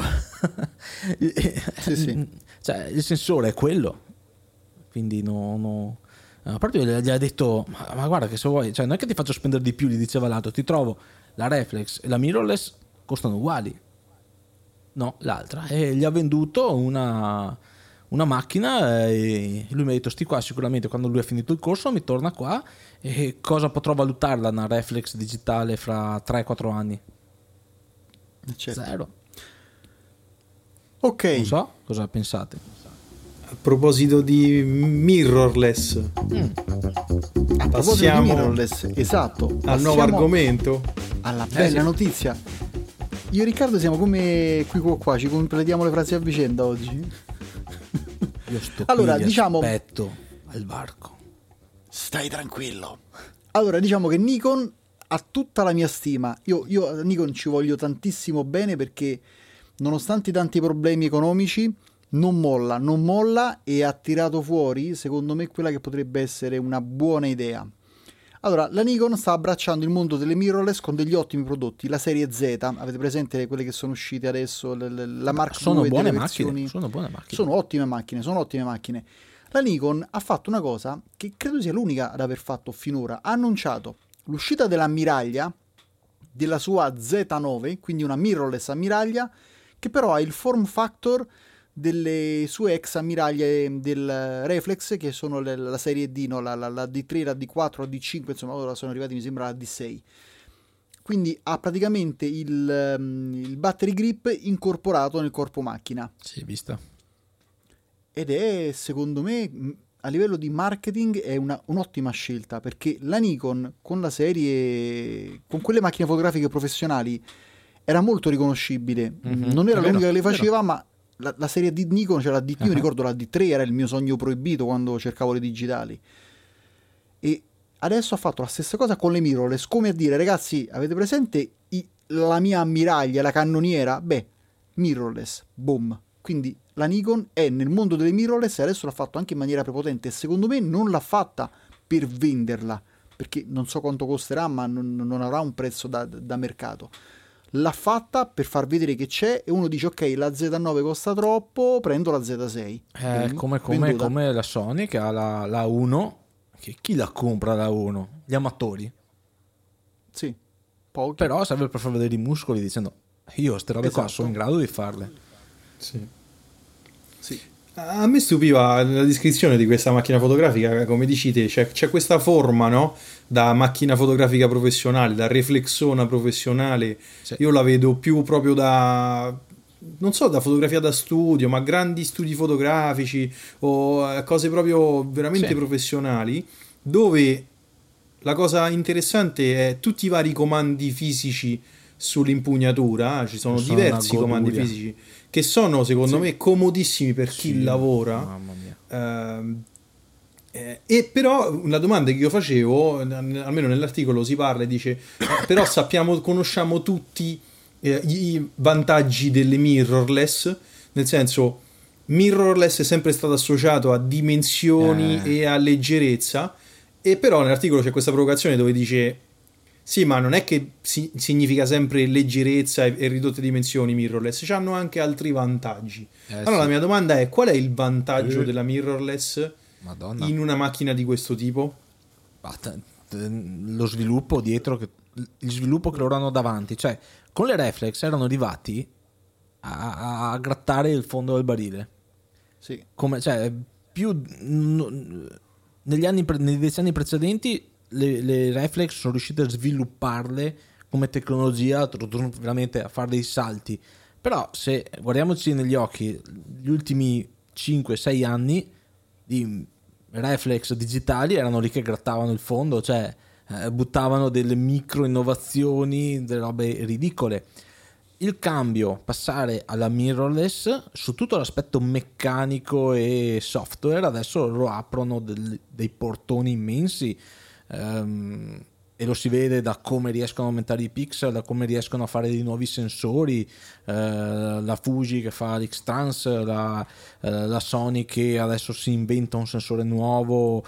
sì. Cioè il sensore è quello, quindi proprio gli ha detto ma guarda che se vuoi, cioè non è che ti faccio spendere di più, gli diceva l'altro, ti trovo la reflex e la mirrorless costano uguali, no, l'altra, e gli ha venduto una macchina, e lui mi ha detto: sti qua sicuramente quando lui ha finito il corso mi torna qua, e cosa potrò valutarla una reflex digitale fra 3-4 anni? Certo. Zero. Ok, non so cosa pensate. A proposito di mirrorless, passiamo di mirrorless, esatto, al nuovo argomento, alla bella notizia. Io e Riccardo siamo come qui qua, ci completiamo le frasi a vicenda oggi. Io sto allora, diciamo, aspetto al varco. Stai tranquillo. Allora, diciamo che Nikon ha tutta la mia stima. Io a Nikon ci voglio tantissimo bene, perché nonostante i tanti problemi economici non molla e ha tirato fuori, secondo me, quella che potrebbe essere una buona idea. Allora, la Nikon sta abbracciando il mondo delle mirrorless con degli ottimi prodotti. La serie Z, avete presente quelle che sono uscite adesso, la Mark sono II, buone versioni... sono buone macchine, sono ottime macchine. La Nikon ha fatto una cosa che credo sia l'unica ad aver fatto finora: ha annunciato l'uscita dell'ammiraglia della sua Z9, quindi una mirrorless ammiraglia, che però ha il form factor delle sue ex ammiraglie del Reflex, che sono la serie D, no? la D3, la D4, la D5, insomma ora sono arrivati mi sembra la D6. Quindi ha praticamente il battery grip incorporato nel corpo macchina. Sì, vista. Ed è, secondo me, a livello di marketing è un'ottima scelta, perché la Nikon con la serie, con quelle macchine fotografiche professionali, era molto riconoscibile. Non era l'unica che le faceva, ma la serie D Nikon, cioè la D, io ricordo la D3 era il mio sogno proibito quando cercavo le digitali. E adesso ha fatto la stessa cosa con le mirrorless, come a dire, ragazzi, avete presente la mia ammiraglia, la cannoniera? Beh, mirrorless, boom. Quindi la Nikon è nel mondo delle mirrorless e adesso l'ha fatto anche in maniera prepotente, e secondo me non l'ha fatta per venderla, perché non so quanto costerà, ma non avrà un prezzo da mercato. L'ha fatta per far vedere che c'è, e uno dice ok, la Z9 costa troppo, prendo la Z6. Come la Sony che ha la 1, che chi la compra la 1? Gli amatori. Sì, pochi. Però serve per far vedere i muscoli dicendo io queste robe qua Esatto. sono in grado di farle. Sì. Sì. A me stupiva la descrizione di questa macchina fotografica, come dici te, c'è questa forma, no? Da macchina fotografica professionale, da reflexona professionale. Sì. Io la vedo più proprio da, non so, da fotografia da studio, ma grandi studi fotografici o cose proprio veramente professionali, dove la cosa interessante è tutti i vari comandi fisici sull'impugnatura. Ci sono diversi comandi fisici che sono secondo me comodissimi per chi lavora. Mamma mia. E però una domanda che io facevo, almeno nell'articolo si parla e dice però conosciamo tutti i vantaggi delle mirrorless, nel senso mirrorless è sempre stato associato a dimensioni e a leggerezza, e però nell'articolo c'è questa provocazione dove dice sì, ma non è che significa sempre leggerezza e ridotte dimensioni mirrorless, c'hanno anche altri vantaggi. Allora la mia domanda è: qual è il vantaggio della mirrorless in una macchina di questo tipo? Lo sviluppo dietro, il sviluppo che loro hanno davanti, cioè con le reflex erano arrivati a grattare il fondo del barile. Sì. Come, cioè, nei decenni precedenti le reflex sono riuscite a svilupparle come tecnologia veramente a fare dei salti. Però se guardiamoci negli occhi gli ultimi 5-6 anni di reflex digitali, erano lì che grattavano il fondo, cioè buttavano delle micro innovazioni, delle robe ridicole. Il cambio, passare alla mirrorless su tutto l'aspetto meccanico e software, adesso loro aprono dei portoni immensi, e lo si vede da come riescono a aumentare i pixel, da come riescono a fare dei nuovi sensori, la Fuji che fa l'X-Trans, la Sony che adesso si inventa un sensore nuovo,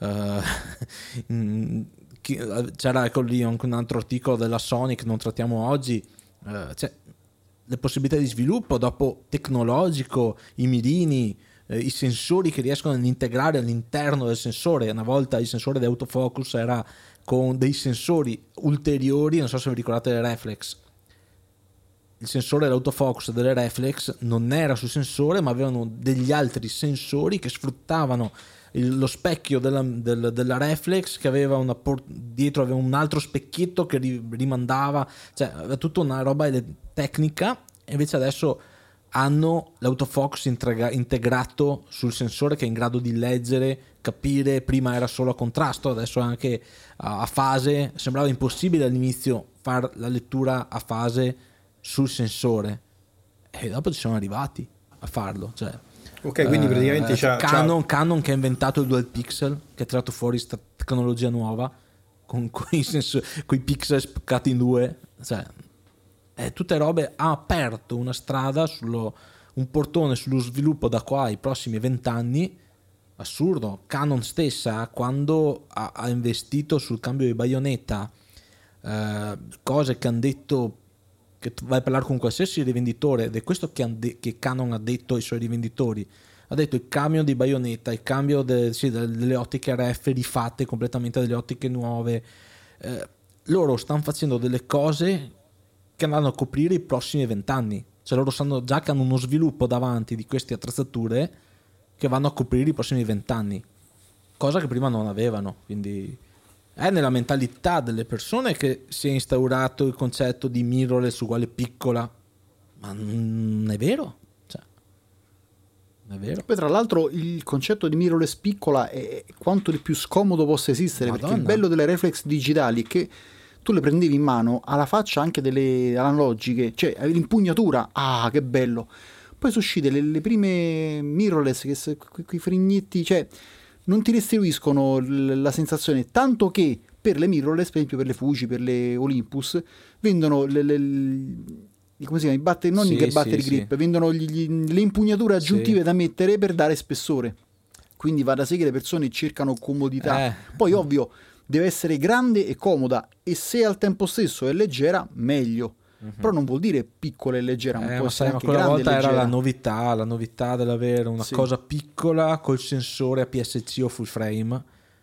c'era lì anche un altro articolo della Sony che non trattiamo oggi, cioè le possibilità di sviluppo dopo tecnologico, i mirini, i sensori che riescono ad integrare all'interno del sensore. Una volta il sensore di autofocus era con dei sensori ulteriori, non so se vi ricordate le reflex, il sensore dell'autofocus delle reflex non era sul sensore, ma avevano degli altri sensori che sfruttavano lo specchio della reflex, che aveva dietro aveva un altro specchietto che rimandava, cioè aveva tutta una roba tecnica. E invece adesso hanno l'autofocus integrato sul sensore, che è in grado di leggere, capire. Prima era solo a contrasto, adesso anche a fase. Sembrava impossibile all'inizio fare la lettura a fase sul sensore, e dopo ci sono arrivati a farlo, cioè ok, quindi praticamente Canon che ha inventato il dual pixel, che ha tirato fuori questa tecnologia nuova con quei pixel spaccati in due, cioè tutte robe. Ha aperto una strada, un portone sullo sviluppo da qua ai prossimi 20 anni assurdo. Canon stessa, quando ha investito sul cambio di baionetta, cose che hanno detto, che vai a parlare con qualsiasi rivenditore, ed è questo che Canon ha detto ai suoi rivenditori. Ha detto il cambio di baionetta, il cambio delle ottiche RF rifatte completamente, delle ottiche nuove, loro stanno facendo delle cose che andranno a coprire i prossimi 20 anni. Cioè loro sanno già che hanno uno sviluppo davanti di queste attrezzature che vanno a coprire i prossimi 20 anni, cosa che prima non avevano. Quindi è nella mentalità delle persone che si è instaurato il concetto di mirrorless uguale piccola, ma non è vero. Cioè, non è vero. Poi tra l'altro il concetto di mirrorless piccola è quanto di più scomodo possa esistere. Madonna. Perché il bello delle reflex digitali è che tu le prendevi in mano alla faccia anche delle analogiche, cioè l'impugnatura, che bello. Poi sono uscite le prime mirrorless, che quei frignetti, cioè non ti restituiscono la sensazione, tanto che per le mirrorless, per esempio per le Fuji, per le Olympus, vendono come si chiama? Non i battery grip, vendono le impugnature aggiuntive da mettere per dare spessore. Quindi va da sé che le persone cercano comodità. Poi ovvio deve essere grande e comoda, e se al tempo stesso è leggera meglio. Però non vuol dire piccola e leggera, ma può essere anche quella grande volta e leggera. era la novità dell'avere una cosa piccola col sensore APS-C o full frame.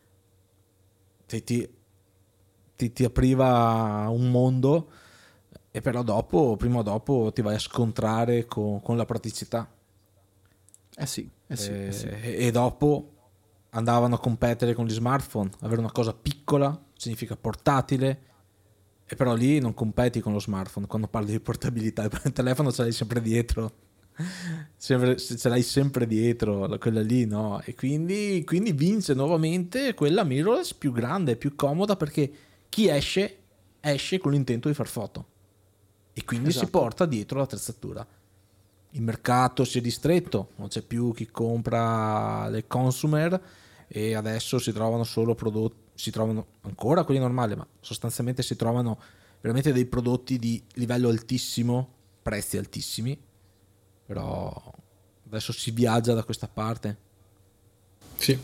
Ti apriva un mondo, e però prima o dopo ti vai a scontrare con la praticità. Sì. E dopo andavano a competere con gli smartphone. Avere una cosa piccola significa portatile, e però lì non competi con lo smartphone quando parli di portabilità. Il telefono ce l'hai sempre dietro, ce l'hai sempre dietro, quella lì no. E quindi vince nuovamente quella mirrorless più grande, più comoda, perché chi esce con l'intento di far foto, e quindi si porta dietro l'attrezzatura. Il mercato si è distretto, non c'è più chi compra le consumer, e adesso si trovano solo prodotti, si trovano ancora quelli normali, ma sostanzialmente si trovano veramente dei prodotti di livello altissimo, prezzi altissimi. Però adesso si viaggia da questa parte. Sì.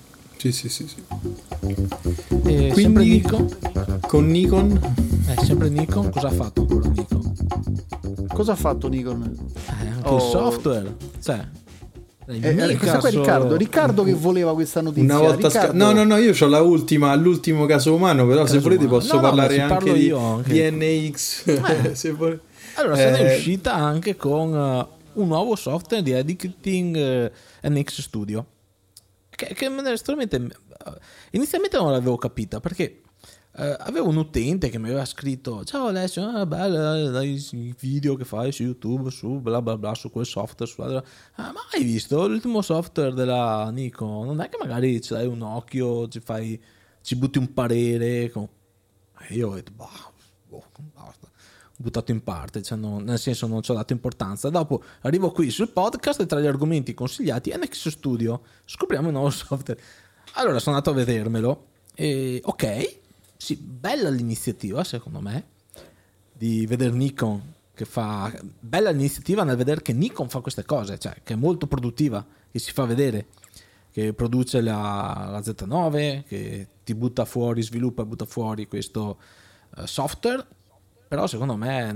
E quindi sempre Nikon, con Nikon sempre Nikon. Cosa ha fatto ancora Nikon? Cosa ha fatto Nikon? Anche il software, cioè questa qua è Riccardo che voleva questa notizia. Una volta no, io ho l'ultimo caso umano, però se volete posso parlare anche di NX. Se allora se ne è uscita anche con un nuovo software di editing, NX Studio, che onestamente inizialmente non l'avevo capita, perché avevo un utente che mi aveva scritto: ciao Alessio, bello i video che fai su YouTube, su bla bla bla, su quel software, ma hai visto l'ultimo software della Nikon? Non è che magari ci dai un occhio, ci butti un parere? Io ho detto basta, ho buttato in parte, cioè nel senso non ci ho dato importanza. Dopo arrivo qui sul podcast e tra gli argomenti consigliati NX Studio, scopriamo un nuovo software. Allora sono andato a vedermelo e ok, sì, bella l'iniziativa secondo me di vedere Nikon che fa, bella l'iniziativa nel vedere che Nikon fa queste cose, cioè che è molto produttiva, che si fa vedere, che produce la Z9, che ti butta fuori, sviluppa e butta fuori questo software. Però secondo me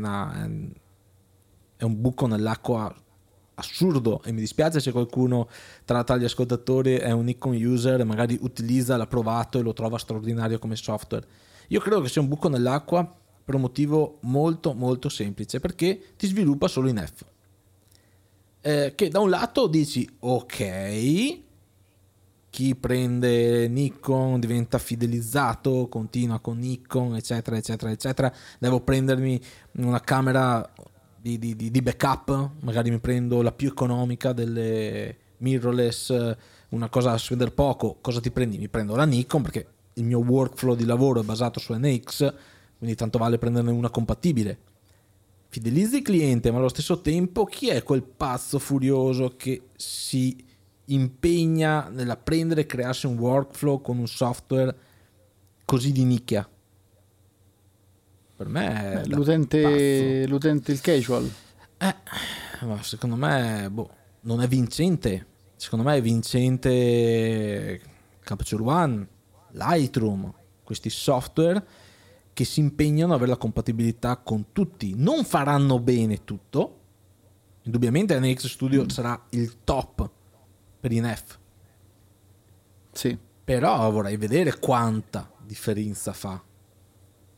è un buco nell'acqua assurdo, e mi dispiace se qualcuno tra gli ascoltatori è un Nikon user e magari utilizza, l'ha provato e lo trova straordinario come software. Io credo che sia un buco nell'acqua per un motivo molto molto semplice, perché ti sviluppa solo in F, che da un lato dici ok, chi prende Nikon diventa fidelizzato, continua con Nikon eccetera eccetera eccetera, devo prendermi una camera di backup, magari mi prendo la più economica delle mirrorless, una cosa a spendere poco. Cosa ti prendi? Mi prendo la Nikon perché il mio workflow di lavoro è basato su NX, quindi tanto vale prenderne una compatibile. Fidelizzi il cliente, ma allo stesso tempo chi è quel pazzo furioso che si impegna nell'apprendere e crearsi un workflow con un software così di nicchia? Per me è l'utente, il casual. Ma secondo me non è vincente. Secondo me è vincente Capture One, Lightroom, questi software che si impegnano ad avere la compatibilità con tutti. Non faranno bene tutto, indubbiamente NX Studio sarà il top per i NEF, sì, però vorrei vedere quanta differenza fa.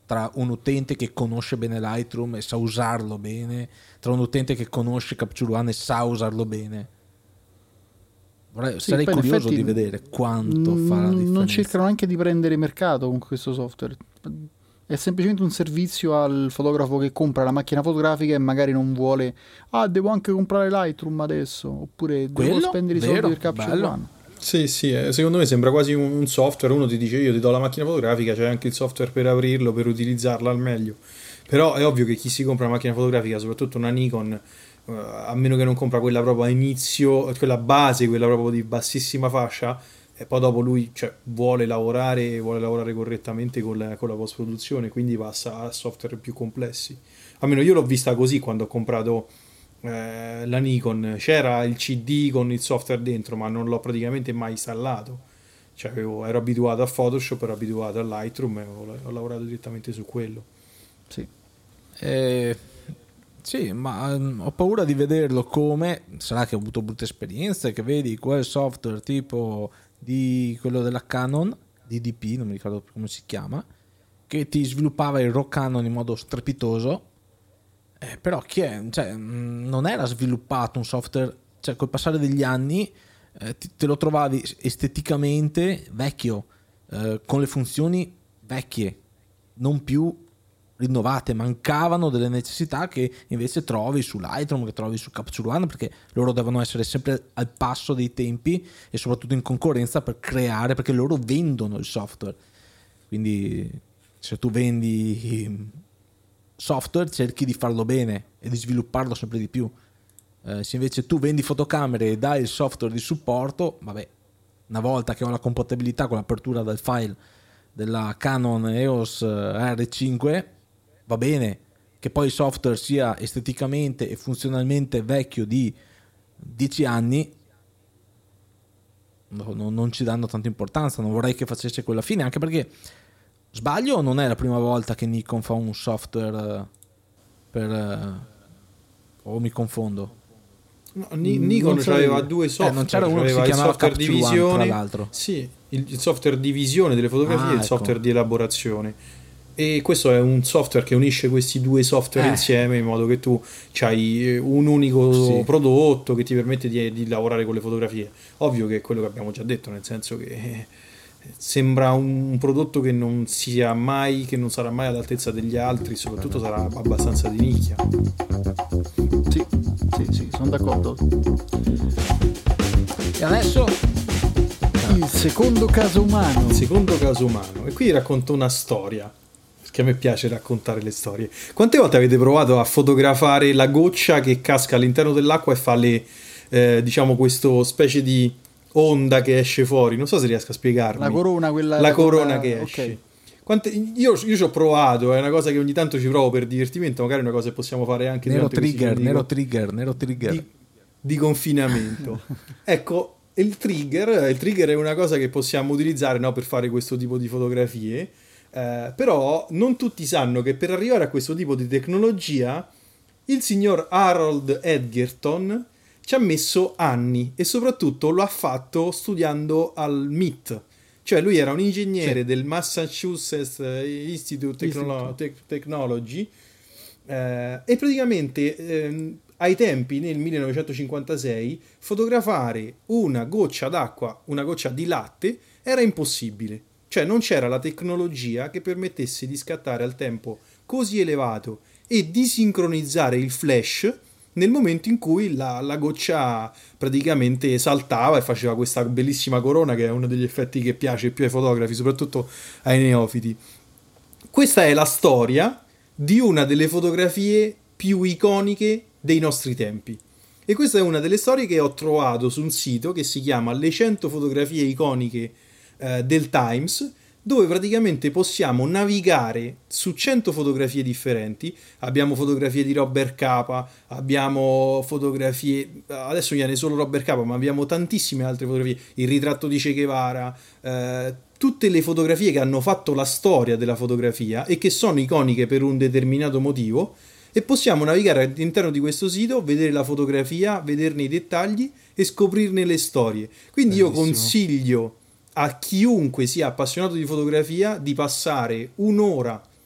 tra un utente che conosce bene Lightroom e sa usarlo bene, tra un utente che conosce Capture One e sa usarlo bene. Sarei curioso di vedere quanto fa la differenza. Non cercano neanche di prendere mercato con questo software. È semplicemente un servizio al fotografo che compra la macchina fotografica e magari non vuole devo anche comprare Lightroom adesso, oppure devo spendere i soldi per Capture One. Sì, secondo me sembra quasi un software. Uno ti dice io ti do la macchina fotografica, c'è anche il software per aprirlo, per utilizzarla al meglio. Però è ovvio che chi si compra una macchina fotografica, soprattutto una Nikon, a meno che non compra quella proprio a inizio, quella base, quella proprio di bassissima fascia, e poi dopo lui vuole lavorare correttamente con la post produzione, quindi passa a software più complessi. Almeno io l'ho vista così quando ho comprato la Nikon. C'era il CD con il software dentro, ma non l'ho praticamente mai installato. Ero abituato a Photoshop, ero abituato a Lightroom e ho lavorato direttamente su quello. Sì, ma ho paura di vederlo come, sarà che ho avuto brutte esperienze, che vedi quel software tipo di quello della Canon, DDP, non mi ricordo come si chiama, che ti sviluppava il RAW Canon in modo strepitoso, però non era sviluppato un software, col passare degli anni te lo trovavi esteticamente vecchio, con le funzioni vecchie, non più rinnovate, mancavano delle necessità che invece trovi su Lightroom, che trovi su Capture One, perché loro devono essere sempre al passo dei tempi e soprattutto in concorrenza per creare, perché loro vendono il software. Quindi se tu vendi software cerchi di farlo bene e di svilupparlo sempre di più. Se invece tu vendi fotocamere e dai il software di supporto, vabbè, una volta che ho la compatibilità con l'apertura del file della Canon EOS R5 va bene, che poi il software sia esteticamente e funzionalmente vecchio di 10 anni non ci danno tanta importanza. Non vorrei che facesse quella fine, anche perché sbaglio, non è la prima volta che Nikon fa un software o mi confondo? No, Nikon aveva due software, non c'era uno che si chiamava Capture One, tra l'altro. Sì, il software di visione delle fotografie e il software di elaborazione. E questo è un software che unisce questi due software insieme, in modo che tu hai un unico prodotto che ti permette di lavorare con le fotografie. Ovvio che è quello che abbiamo già detto, nel senso che sembra un prodotto che non sarà mai all'altezza degli altri, soprattutto sarà abbastanza di nicchia. Sì, sono d'accordo. E adesso il secondo caso umano. E qui racconto una storia, perché a me piace raccontare le storie. Quante volte avete provato a fotografare la goccia che casca all'interno dell'acqua e fa questo specie di onda che esce fuori? Non so se riesco a spiegarmi. La corona che esce. Okay. Io ci ho provato, è una cosa che ogni tanto ci provo per divertimento, magari è una cosa che possiamo fare anche nero trigger di confinamento. Ecco, il trigger è una cosa che possiamo utilizzare, no, per fare questo tipo di fotografie, però non tutti sanno che per arrivare a questo tipo di tecnologia il signor Harold Edgerton ci ha messo anni, e soprattutto lo ha fatto studiando al MIT. Cioè lui era un ingegnere del Massachusetts Institute Technology, e praticamente ai tempi, nel 1956, fotografare una goccia d'acqua, una goccia di latte, era impossibile. Cioè non c'era la tecnologia che permettesse di scattare al tempo così elevato e di sincronizzare il flash nel momento in cui la goccia praticamente saltava e faceva questa bellissima corona, che è uno degli effetti che piace più ai fotografi, soprattutto ai neofiti. Questa è la storia di una delle fotografie più iconiche dei nostri tempi, e questa è una delle storie che ho trovato su un sito che si chiama Le 100 fotografie iconiche del Times, dove praticamente possiamo navigare su 100 fotografie differenti. Abbiamo fotografie di Robert Capa, abbiamo fotografie, adesso viene solo Robert Capa, ma abbiamo tantissime altre fotografie, il ritratto di Che Guevara, tutte le fotografie che hanno fatto la storia della fotografia e che sono iconiche per un determinato motivo, e possiamo navigare all'interno di questo sito, vedere la fotografia, vederne i dettagli e scoprirne le storie. Quindi io consiglio a chiunque sia appassionato di fotografia di passare un'ora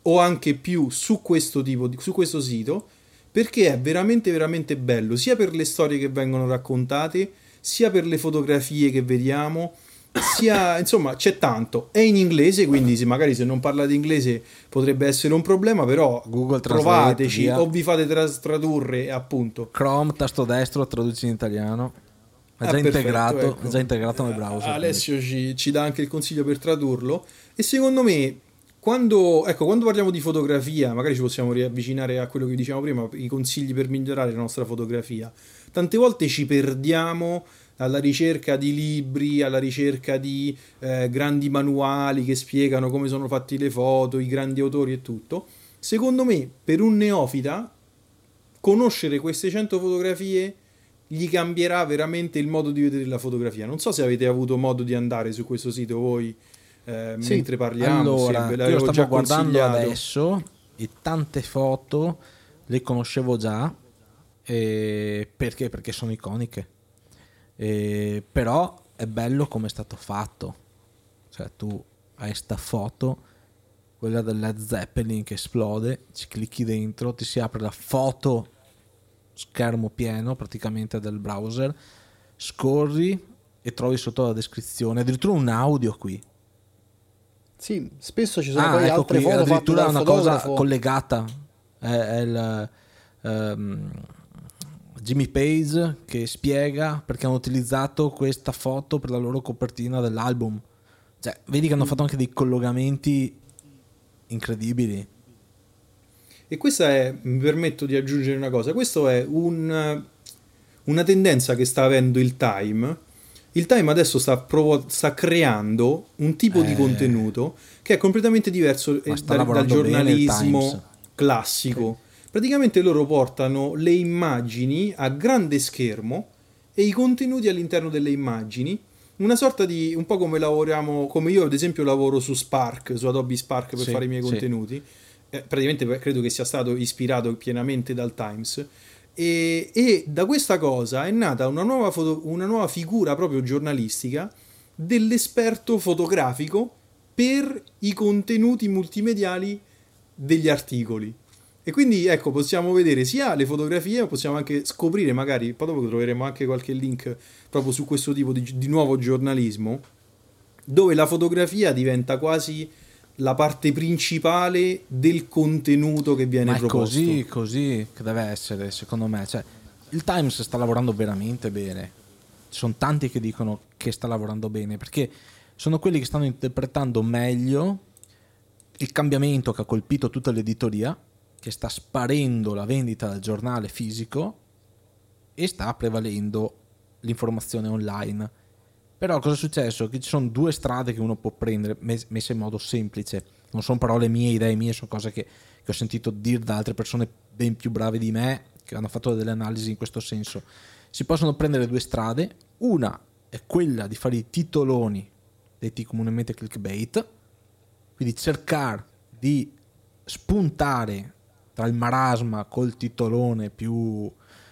o anche più su questo su questo sito, perché è veramente veramente bello, sia per le storie che vengono raccontate, sia per le fotografie che vediamo, sia, insomma, c'è tanto. È in inglese, quindi magari se non parlate inglese potrebbe essere un problema, però Google provateci, Translate, o vi fate tradurre, appunto. Chrome, tasto destro, traduci in italiano. È già Perfetto, integrato, ecco. è già integrato nel browser. Alessio ci dà anche il consiglio per tradurlo, e secondo me quando parliamo di fotografia, magari ci possiamo riavvicinare a quello che dicevamo prima, i consigli per migliorare la nostra fotografia. Tante volte ci perdiamo alla ricerca di libri, alla ricerca di grandi manuali che spiegano come sono fatti le foto, i grandi autori e tutto. Secondo me, per un neofita, conoscere queste 100 fotografie gli cambierà veramente il modo di vedere la fotografia. Non so se avete avuto modo di andare su questo sito voi mentre parliamo. Allora, se ve io l'avevo lo già stavo guardando consigliato. adesso e tante foto le conoscevo già, perché sono iconiche. Però è bello come è stato fatto. Cioè, tu hai sta foto, quella del Led Zeppelin che esplode, ci clicchi dentro, ti si apre la foto, schermo pieno praticamente del browser, scorri e trovi sotto la descrizione addirittura un audio qui. Sì, spesso ci sono poi ecco altre qui, foto fatte addirittura dal una fotografo. cosa collegata, è il Jimmy Page che spiega perché hanno utilizzato questa foto per la loro copertina dell'album. Cioè, vedi che hanno fatto anche dei collegamenti incredibili. E questa è, mi permetto di aggiungere una cosa, questo è una tendenza che sta avendo il Time. Il Time adesso sta creando un tipo di contenuto che è completamente diverso dal giornalismo classico. Praticamente loro portano le immagini a grande schermo e i contenuti all'interno delle immagini, una sorta di, un po' come lavoriamo, come io ad esempio lavoro su Spark, su Adobe Spark per fare i miei contenuti. Praticamente credo che sia stato ispirato pienamente dal Times, e da questa cosa è nata una nuova figura proprio giornalistica dell'esperto fotografico per i contenuti multimediali degli articoli. E quindi ecco, possiamo vedere sia le fotografie, ma possiamo anche scoprire, magari poi dopo troveremo anche qualche link proprio su questo tipo di nuovo giornalismo, dove la fotografia diventa quasi la parte principale del contenuto che viene proposto. Ma è così che deve essere, secondo me. Cioè, il Times sta lavorando veramente bene. Ci sono tanti che dicono che sta lavorando bene, perché sono quelli che stanno interpretando meglio il cambiamento che ha colpito tutta l'editoria, che sta sparendo la vendita del giornale fisico e sta prevalendo l'informazione online. Però cosa è successo? Che ci sono due strade che uno può prendere, messe in modo semplice. Non sono parole mie, idee mie, sono cose che ho sentito dire da altre persone ben più brave di me, che hanno fatto delle analisi in questo senso. Si possono prendere due strade. Una è quella di fare i titoloni, detti comunemente clickbait, quindi cercare di spuntare tra il marasma col titolone più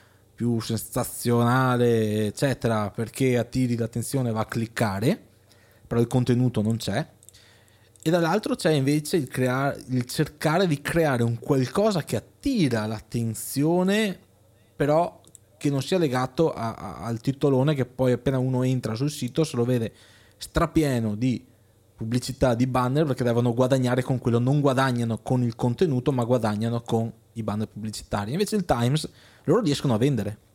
sensazionale eccetera, perché attiri l'attenzione, va a cliccare, però il contenuto non c'è. E dall'altro c'è invece il cercare di creare un qualcosa che attira l'attenzione, però che non sia legato al titolone, che poi appena uno entra sul sito se lo vede strapieno di pubblicità, di banner, perché devono guadagnare con quello. Non guadagnano con il contenuto, ma guadagnano con i banner pubblicitari. Invece il Times, loro riescono a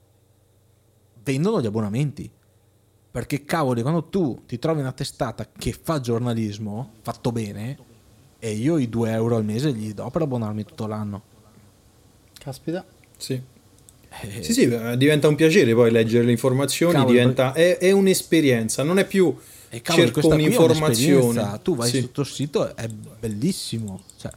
vendono gli abbonamenti, perché cavoli, quando tu ti trovi una testata che fa giornalismo fatto bene, e io i 2 euro al mese gli do per abbonarmi tutto l'anno. Caspita. Sì, diventa un piacere poi leggere le informazioni, cavoli, è un'esperienza, non è più cerco un'informazione. Tu vai sul sito, è bellissimo, cioè,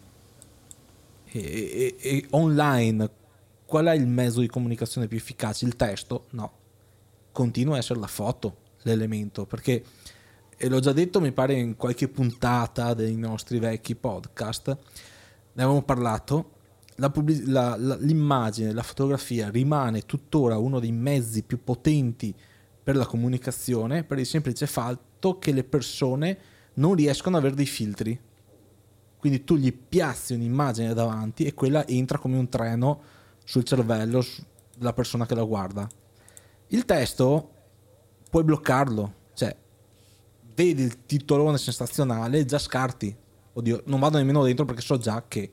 e online qual è il mezzo di comunicazione più efficace? Il testo? No, continua a essere la foto l'elemento, perché, e l'ho già detto mi pare in qualche puntata dei nostri vecchi podcast, ne avevamo parlato, l'immagine, la fotografia rimane tuttora uno dei mezzi più potenti per la comunicazione, per il semplice fatto che le persone non riescono ad avere dei filtri. quindi tu gli piazzi un'immagine davanti e quella entra come un treno sul cervello della persona che la guarda. Il testo puoi bloccarlo, cioè vedi il titolone sensazionale e già scarti. Oddio, non vado nemmeno dentro perché so già che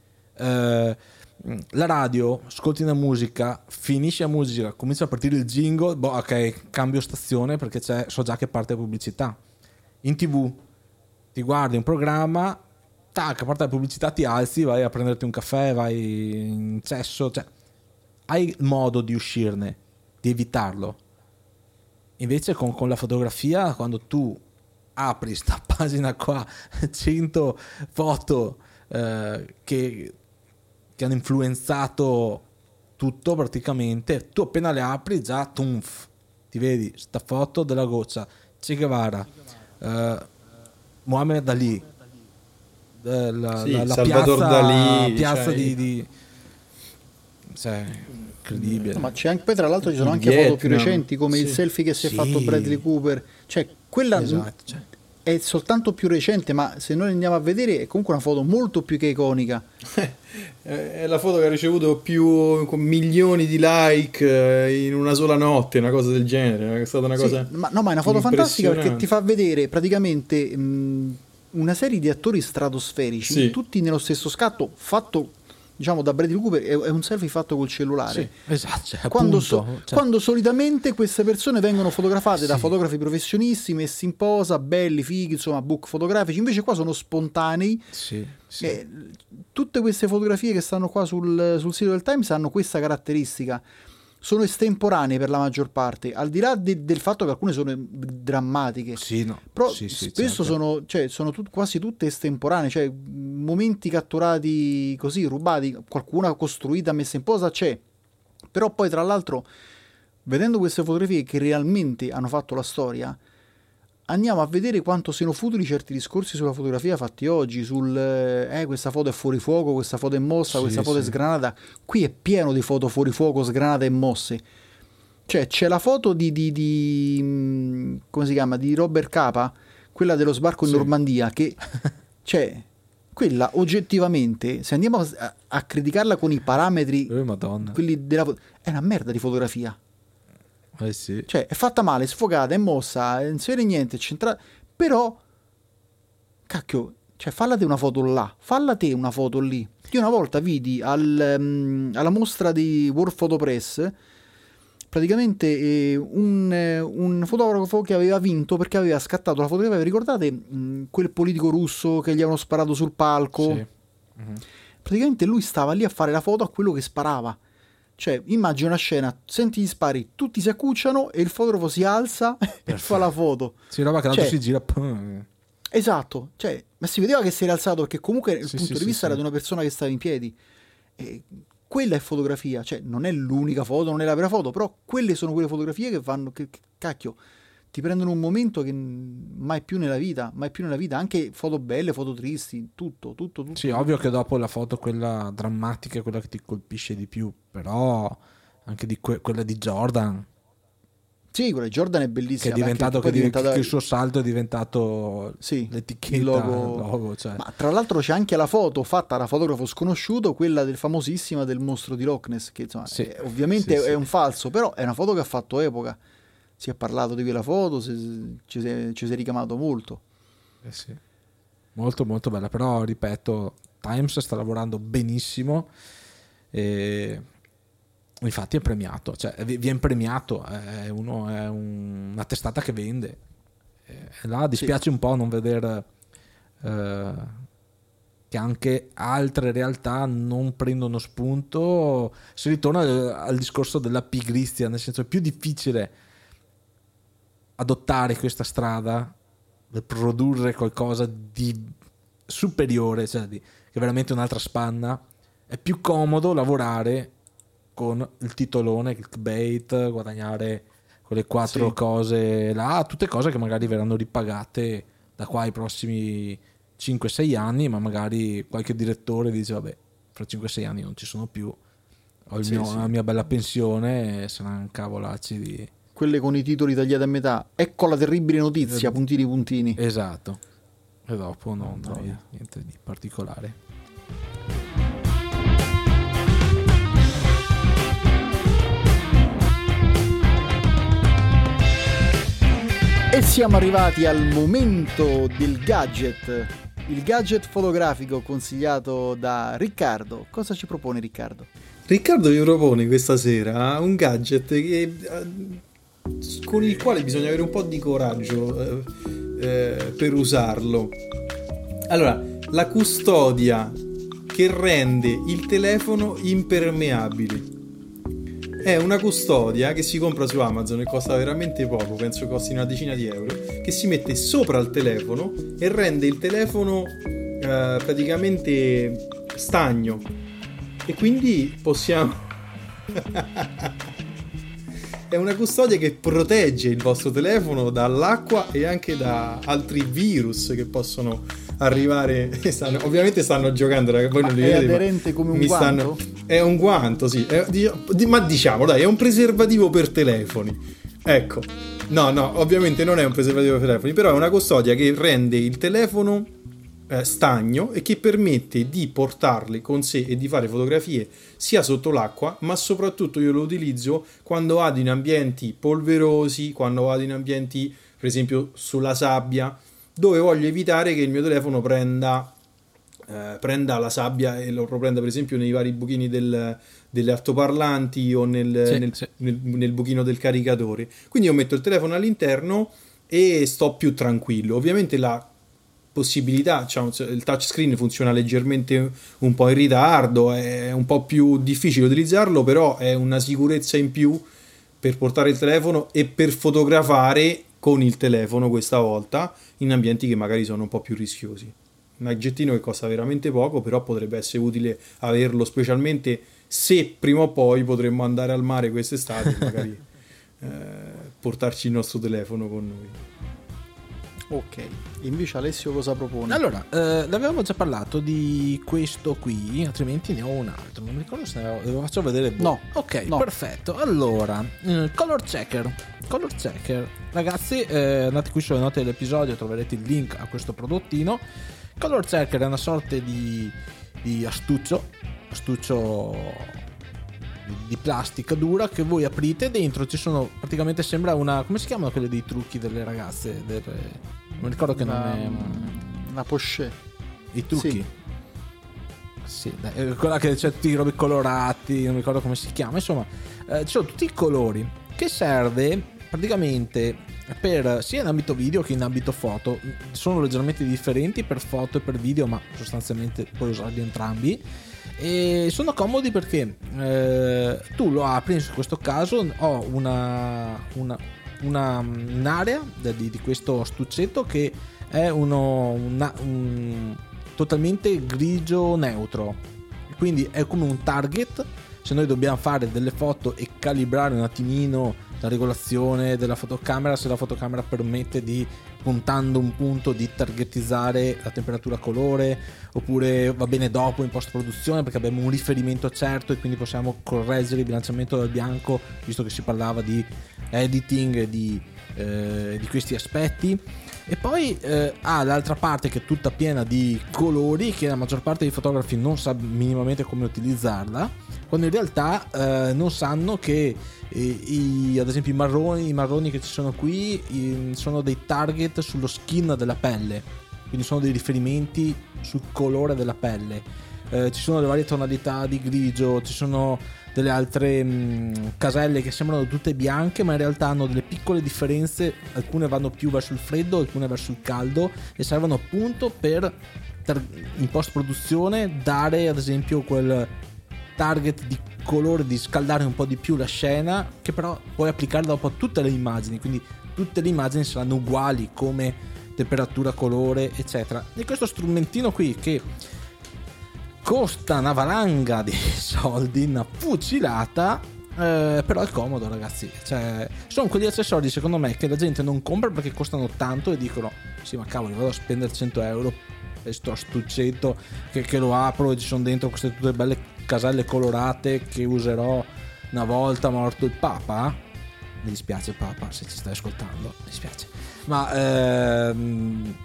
la radio, ascolti una musica, finisce la musica, comincia a partire il jingle, ok, cambio stazione perché so già che parte la pubblicità. In TV ti guardi un programma, tac, a parte la pubblicità ti alzi, vai a prenderti un caffè, vai in cesso, cioè hai il modo di uscirne, di evitarlo. Invece con la fotografia, quando tu apri sta pagina qua, 100 foto che hanno influenzato tutto praticamente, tu appena le apri già ti vedi sta foto della goccia, Che Guevara, Muhammad Ali, la Salvador Dalì, piazza di cioè, incredibile. No, ma c'è anche, poi tra l'altro ci sono anche foto più recenti come il selfie che si è fatto Bradley Cooper, cioè quella è soltanto più recente, ma se noi andiamo a vedere è comunque una foto molto più che iconica. È la foto che ha ricevuto più milioni di like in una sola notte, una cosa del genere, è stata una cosa ma è una foto fantastica perché ti fa vedere praticamente una serie di attori stratosferici, tutti nello stesso scatto, fatto diciamo da Bradley Cooper. È un selfie fatto col cellulare, esatto, quando solitamente queste persone vengono fotografate da fotografi professionisti, messi in posa, belli, fighi, insomma, book fotografici, invece qua sono spontanei. Tutte queste fotografie che stanno qua sul sito del Times hanno questa caratteristica, sono estemporanee per la maggior parte, al di là del fatto che alcune sono drammatiche, però spesso sono quasi tutte estemporanee, cioè momenti catturati così, rubati, qualcuna costruita, messa in posa c'è, però poi tra l'altro vedendo queste fotografie che realmente hanno fatto la storia, andiamo a vedere quanto siano futili certi discorsi sulla fotografia fatti oggi, questa foto è fuori fuoco, questa foto è mossa, questa foto è sgranata. Qui è pieno di foto fuori fuoco, sgranate e mosse. Cioè c'è la foto di come si chiama, di Robert Capa, quella dello sbarco in Normandia, che cioè quella oggettivamente, se andiamo a criticarla con i parametri quelli della è una merda di fotografia. Cioè è fatta male, sfocata, è mossa, non si vede niente, centrata, però cacchio, cioè falla te una foto là, falla te una foto lì. Io una volta vidi alla mostra di World Photo Press praticamente un fotografo che aveva vinto perché aveva scattato la fotografia, vi ricordate quel politico russo che gli avevano sparato sul palco? Praticamente lui stava lì a fare la foto a quello che sparava. Cioè, immagina una scena, senti gli spari, tutti si accucciano e il fotografo si alza e fa la foto. Roba che l'altro si gira. Esatto, cioè, ma si vedeva che si era alzato perché comunque il punto di vista era di una persona che stava in piedi. E quella è fotografia, cioè non è l'unica foto, non è la vera foto, però quelle sono quelle fotografie che vanno, che cacchio, ti prendono un momento che mai più nella vita, anche foto belle, foto tristi, tutto. Sì, ovvio che dopo la foto, quella drammatica, è quella che ti colpisce di più, però anche di quella di Jordan. Sì, quella di Jordan è bellissima. Che è diventato, che il suo salto è diventato l'etichetta, il logo, cioè. Ma tra l'altro c'è anche la foto fatta da fotografo sconosciuto, quella famosissima del mostro di Loch Ness, che insomma, ovviamente è un falso, però è una foto che ha fatto epoca. Si è parlato di quella foto, ci si è ricamato molto. Molto molto bella, però ripeto, Times sta lavorando benissimo e infatti è premiato, cioè viene premiato, è una testata che vende. Là dispiace un po' non vedere che anche altre realtà non prendono spunto. Si ritorna al discorso della pigrizia, nel senso è più difficile adottare questa strada per produrre qualcosa di superiore, cioè che è veramente un'altra spanna. È più comodo lavorare con il titolone, clickbait, guadagnare quelle 4 cose là, tutte cose che magari verranno ripagate da qua ai prossimi 5-6 anni, ma magari qualche direttore dice vabbè, fra 5-6 anni non ci sono più, ho la mia bella pensione e saranno incavolacci di... Quelle con i titoli tagliati a metà, ecco la terribile notizia, puntini. Esatto. e dopo niente di particolare. E siamo arrivati al momento del gadget, il gadget fotografico consigliato da Riccardo. Cosa ci propone Riccardo? Riccardo vi propone questa sera un gadget con il quale bisogna avere un po' di coraggio per usarlo. Allora, la custodia che rende il telefono impermeabile. È una custodia che si compra su Amazon e costa veramente poco, penso costi una decina di euro, che si mette sopra il telefono e rende il telefono praticamente stagno, e quindi possiamo è una custodia che protegge il vostro telefono dall'acqua e anche da altri virus che possono arrivare. Ovviamente stanno giocando, ragazzi, voi non li vedete, è aderente come un guanto? È un guanto, sì, ma diciamo, dai, è un preservativo per telefoni, ecco. No, ovviamente non è un preservativo per telefoni, però è una custodia che rende il telefono stagno e che permette di portarli con sé e di fare fotografie sia sotto l'acqua, ma soprattutto io lo utilizzo quando vado in ambienti polverosi, quando vado in ambienti per esempio sulla sabbia, dove voglio evitare che il mio telefono prenda la sabbia e lo prenda per esempio nei vari buchini delle altoparlanti o nel buchino del caricatore. Quindi io metto il telefono all'interno e sto più tranquillo. Ovviamente la possibilità, il touchscreen funziona leggermente un po' in ritardo, è un po' più difficile utilizzarlo, però è una sicurezza in più per portare il telefono e per fotografare con il telefono questa volta in ambienti che magari sono un po' più rischiosi. Un aggettino che costa veramente poco, però potrebbe essere utile averlo, specialmente se prima o poi potremmo andare al mare quest'estate e magari portarci il nostro telefono con noi. Ok, invece Alessio cosa propone? Allora, l'avevamo già parlato di questo qui, altrimenti ne ho un altro, non mi ricordo se lo faccio vedere. No. Ok, no. Perfetto. Allora, Color Checker, ragazzi, andate qui sulle note dell'episodio, troverete il link a questo prodottino. Color Checker è una sorta di astuccio di plastica dura che voi aprite. Dentro ci sono, praticamente sembra una, come si chiamano quelle dei trucchi delle ragazze, non ricordo che nome, una pochette, i trucchi, sì, quella che c'è tutti i robe colorati, non ricordo come si chiama, insomma, ci sono tutti i colori, che serve praticamente per sia in ambito video che in ambito foto. Sono leggermente differenti per foto e per video, ma sostanzialmente puoi usarli entrambi. E sono comodi perché tu lo apri. In questo caso ho un'area di questo astuccetto che è un totalmente grigio neutro, quindi è come un target. Se noi dobbiamo fare delle foto e calibrare un attimino la regolazione della fotocamera, se la fotocamera permette di, puntando un punto, di targetizzare la temperatura colore, oppure va bene dopo in post produzione perché abbiamo un riferimento certo e quindi possiamo correggere il bilanciamento del bianco, visto che si parlava di editing di questi aspetti. E poi ha l'altra parte che è tutta piena di colori, che la maggior parte dei fotografi non sa minimamente come utilizzarla, quando in realtà non sanno che ad esempio i marroni che ci sono qui sono dei target sullo skin della pelle, quindi sono dei riferimenti sul colore della pelle. Ci sono le varie tonalità di grigio, ci sono delle altre caselle che sembrano tutte bianche, ma in realtà hanno delle piccole differenze. Alcune vanno più verso il freddo, alcune verso il caldo, e servono appunto per in post produzione dare ad esempio quel target di colore, di scaldare un po' di più la scena, che però puoi applicare dopo a tutte le immagini, quindi tutte le immagini saranno uguali come temperatura, colore, eccetera. E questo strumentino qui, che costa una valanga di soldi, una fucilata, però è comodo, ragazzi. Cioè, sono quegli accessori secondo me che la gente non compra perché costano tanto e dicono sì, ma cavolo, vado a spendere 100 euro e sto astuccetto che lo apro e ci sono dentro queste tutte belle caselle colorate che userò una volta morto il Papa. Mi dispiace Papa se ci stai ascoltando, mi dispiace, ma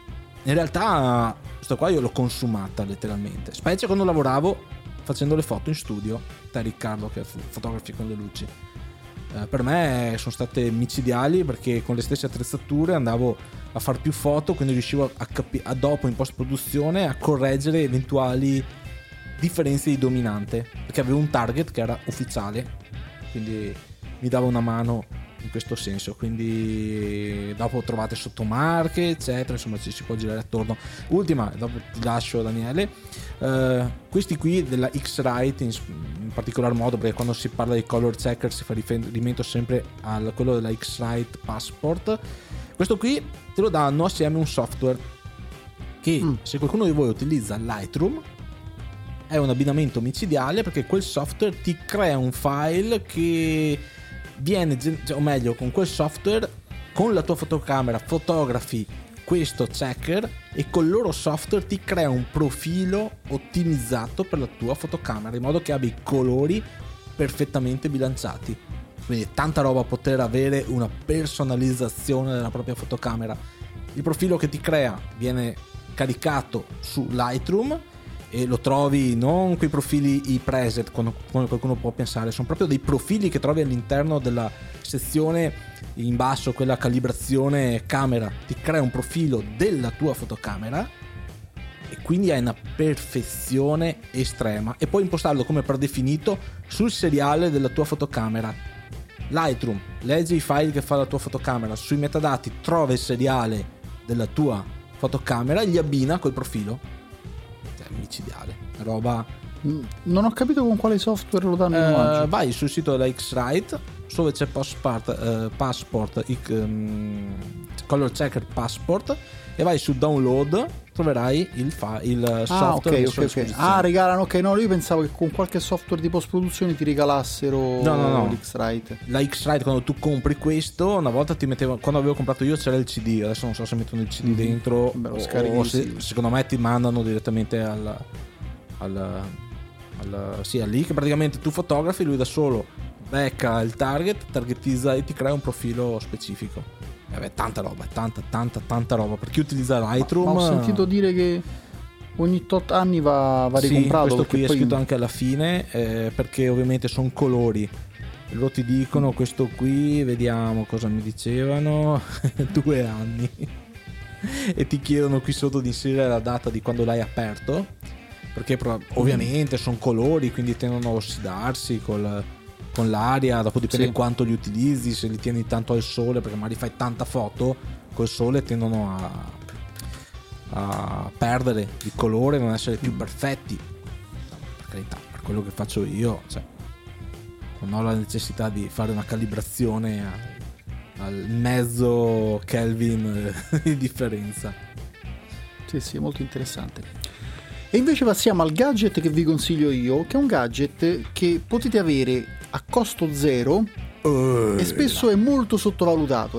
in realtà sto qua io l'ho consumata letteralmente, specie quando lavoravo facendo le foto in studio. Te Riccardo che fotografi con le luci, per me sono state micidiali, perché con le stesse attrezzature andavo a far più foto, quindi riuscivo a dopo in post produzione a correggere eventuali differenze di dominante, perché avevo un target che era ufficiale, quindi mi dava una mano in questo senso. Quindi dopo trovate sottomarche eccetera, insomma ci si può girare attorno. Ultima, dopo ti lascio Daniele, questi qui della X-Rite in particolar modo, perché quando si parla di color checker si fa riferimento sempre a quello della X-Rite Passport. Questo qui te lo danno assieme a un software che se qualcuno di voi utilizza Lightroom è un abbinamento micidiale, perché quel software ti crea un file che viene, o meglio, con quel software, con la tua fotocamera fotografi questo checker e col loro software ti crea un profilo ottimizzato per la tua fotocamera, in modo che abbia i colori perfettamente bilanciati. Quindi tanta roba a poter avere una personalizzazione della propria fotocamera. Il profilo che ti crea viene caricato su Lightroom e lo trovi non quei profili i preset come qualcuno può pensare, sono proprio dei profili che trovi all'interno della sezione in basso, quella calibrazione camera. Ti crea un profilo della tua fotocamera e quindi hai una perfezione estrema, e puoi impostarlo come predefinito sul seriale della tua fotocamera. Lightroom legge i file che fa la tua fotocamera, sui metadati trova il seriale della tua fotocamera e li abbina col profilo. Micidiale roba. Non ho capito con quale software lo danno in omaggio. Vai sul sito della X-Rite dove c'è Passport Color Checker Passport e vai su download, troverai il software. Ok. Regalano, ok, no, io pensavo che con qualche software di post produzione ti regalassero no. l'X-Rite. La X-Rite, quando tu compri questo, una volta ti metteva, quando avevo comprato io c'era il CD, adesso non so se mettono il CD dentro. Beh, lo scarichi, o se, secondo me ti mandano direttamente sì, lì, che praticamente tu fotografi, lui da solo becca il targetizza e ti crea un profilo specifico. Tanta roba, tanta roba. Per chi utilizza Lightroom, ma ho sentito dire che ogni tot anni va ricomprato. Questo qui poi è scritto anche alla fine, perché ovviamente sono colori. Loro ti dicono, questo qui, vediamo cosa mi dicevano, 2 anni. E ti chiedono qui sotto di inserire la data di quando l'hai aperto, perché ovviamente sono colori, quindi tendono a ossidarsi con l'aria, dopo dipende quanto li utilizzi, se li tieni tanto al sole, perché magari fai tanta foto col sole, tendono a perdere il colore, non essere più perfetti. Per carità, per quello che faccio io, non ho la necessità di fare una calibrazione al mezzo Kelvin di differenza. Sì, molto interessante. E invece passiamo al gadget che vi consiglio io, che è un gadget che potete avere a costo zero e spesso è molto sottovalutato,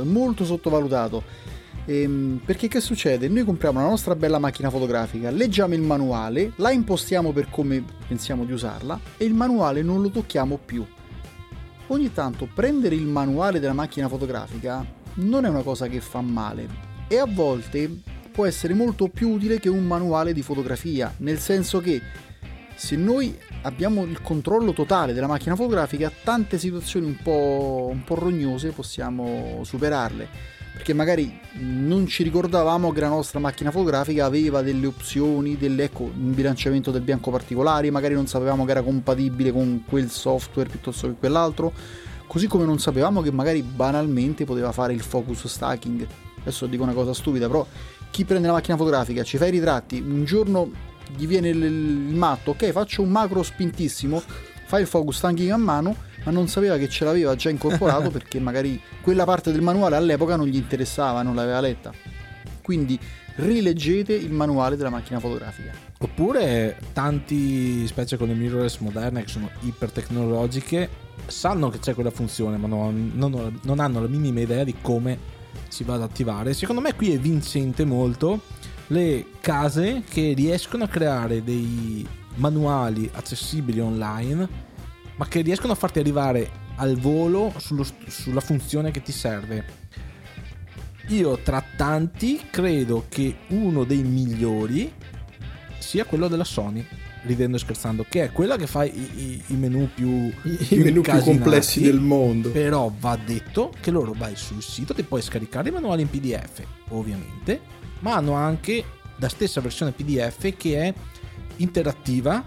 perché che succede? Noi compriamo la nostra bella macchina fotografica, leggiamo il manuale, la impostiamo per come pensiamo di usarla e il manuale non lo tocchiamo più. Ogni tanto prendere il manuale della macchina fotografica non è una cosa che fa male, e a volte può essere molto più utile che un manuale di fotografia, nel senso che se noi abbiamo il controllo totale della macchina fotografica, tante situazioni un po' rognose possiamo superarle, perché magari non ci ricordavamo che la nostra macchina fotografica aveva delle opzioni, un bilanciamento del bianco particolari, magari non sapevamo che era compatibile con quel software piuttosto che quell'altro, così come non sapevamo che magari banalmente poteva fare il focus stacking. Adesso dico una cosa stupida, però chi prende la macchina fotografica, ci fa i ritratti, un giorno gli viene il matto, ok, faccio un macro spintissimo, fa il focus stacking a mano, ma non sapeva che ce l'aveva già incorporato perché magari quella parte del manuale all'epoca non gli interessava, non l'aveva letta. Quindi rileggete il manuale della macchina fotografica. Oppure tanti, specie con le mirrorless moderne che sono iper tecnologiche, sanno che c'è quella funzione ma non hanno la minima idea di come si va ad attivare. Secondo me qui è vincente molto le case che riescono a creare dei manuali accessibili online, ma che riescono a farti arrivare al volo sulla funzione che ti serve. io tra tanti credo che uno dei migliori sia quello della Sony, ridendo e scherzando, che è quella che fa i menu più complessi del mondo. Però va detto che loro vai sul sito, ti puoi scaricare i manuali in PDF ovviamente, ma hanno anche la stessa versione PDF che è interattiva,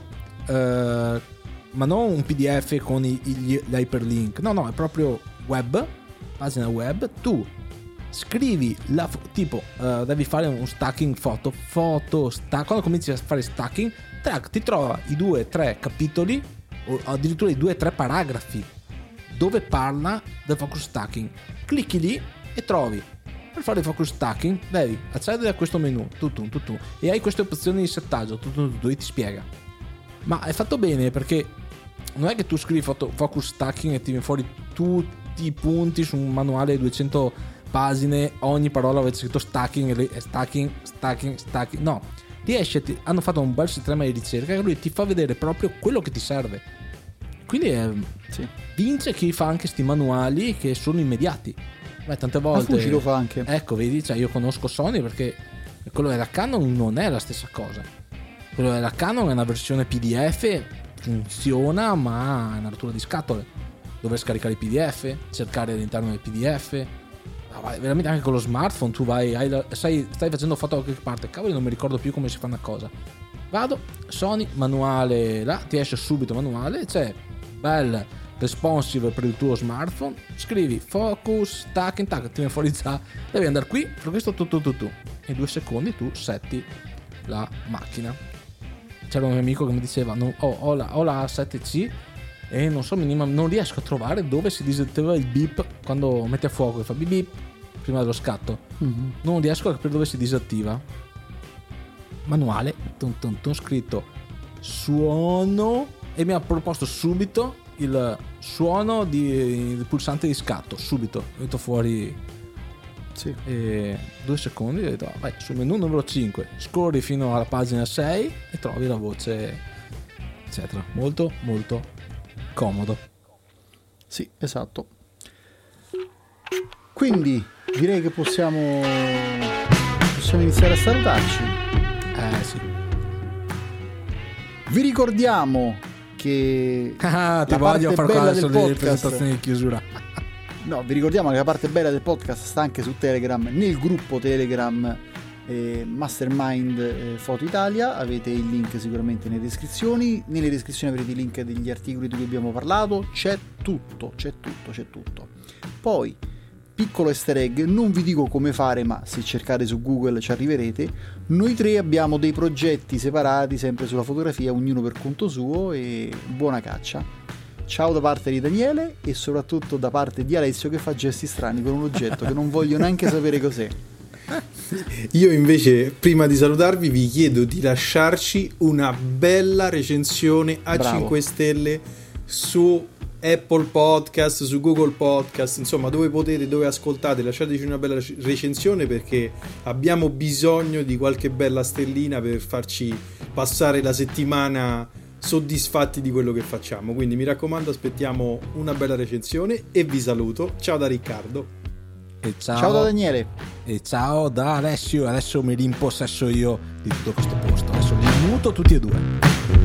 ma non un PDF con l'hyperlink, no, è proprio web, pagina web. Tu scrivi tipo devi fare un stacking quando cominci a fare stacking, ti trova i 2-3 capitoli o addirittura i 2-3 paragrafi dove parla del focus stacking. Clicchi lì e trovi, per fare il focus stacking devi accedere a questo menu e hai queste opzioni di settaggio e ti spiega. Ma è fatto bene, perché non è che tu scrivi focus stacking e ti viene fuori tutti i punti su un manuale di 200 pagine, ogni parola avete scritto stacking, no, hanno fatto un bel sistema di ricerca che lui ti fa vedere proprio quello che ti serve, quindi vince chi fa anche sti manuali che sono immediati. Tante volte Fuji lo fa anche, ecco, vedi, cioè io conosco Sony perché quello della Canon non è la stessa cosa. Quello della Canon è una versione PDF, funziona, ma è una rottura di scatole, dover scaricare i PDF, cercare all'interno del PDF. Veramente anche con lo smartphone tu vai, stai facendo foto da qualche parte, cavolo, non mi ricordo più come si fa una cosa. Vado Sony, manuale, là ti esce subito manuale, c'è bel responsive per il tuo smartphone, scrivi focus stacking, ti viene fuori già, devi andare qui per questo tu in 2 secondi tu setti la macchina. C'era un mio amico che mi diceva ho la 7C e non so, non riesco a trovare dove si disattiva il beep quando mette a fuoco, che fa beep beep prima dello scatto. Non riesco a capire dove si disattiva. Manuale, scritto suono, e mi ha proposto subito il suono del pulsante di scatto, subito è venuto fuori. E 2 secondi ho detto vai sul menu numero 5, scorri fino alla pagina 6 e trovi la voce eccetera. Molto molto comodo. Sì, esatto. Quindi direi che possiamo iniziare a salutarci. Sì. Vi ricordiamo che ti voglio fare qua adesso le presentazioni di chiusura. No, vi ricordiamo che la parte bella del podcast sta anche su Telegram, nel gruppo Telegram Mastermind Foto Italia. Avete il link sicuramente nelle descrizioni avrete i link degli articoli di cui abbiamo parlato, c'è tutto. Poi, piccolo easter egg, non vi dico come fare, ma se cercate su Google ci arriverete. Noi 3 abbiamo dei progetti separati sempre sulla fotografia, ognuno per conto suo, e buona caccia. Ciao da parte di Daniele e soprattutto da parte di Alessio, che fa gesti strani con un oggetto che non voglio neanche sapere cos'è. Io invece, prima di salutarvi, vi chiedo di lasciarci una bella recensione a 5 stelle su Apple Podcast, su Google Podcast, insomma dove ascoltate, lasciateci una bella recensione, perché abbiamo bisogno di qualche bella stellina per farci passare la settimana soddisfatti di quello che facciamo. Quindi mi raccomando, aspettiamo una bella recensione e vi saluto. Ciao da Riccardo e ciao da Daniele e ciao da Alessio. Adesso mi rimpossesso io di tutto questo posto, adesso li muto tutti e 2.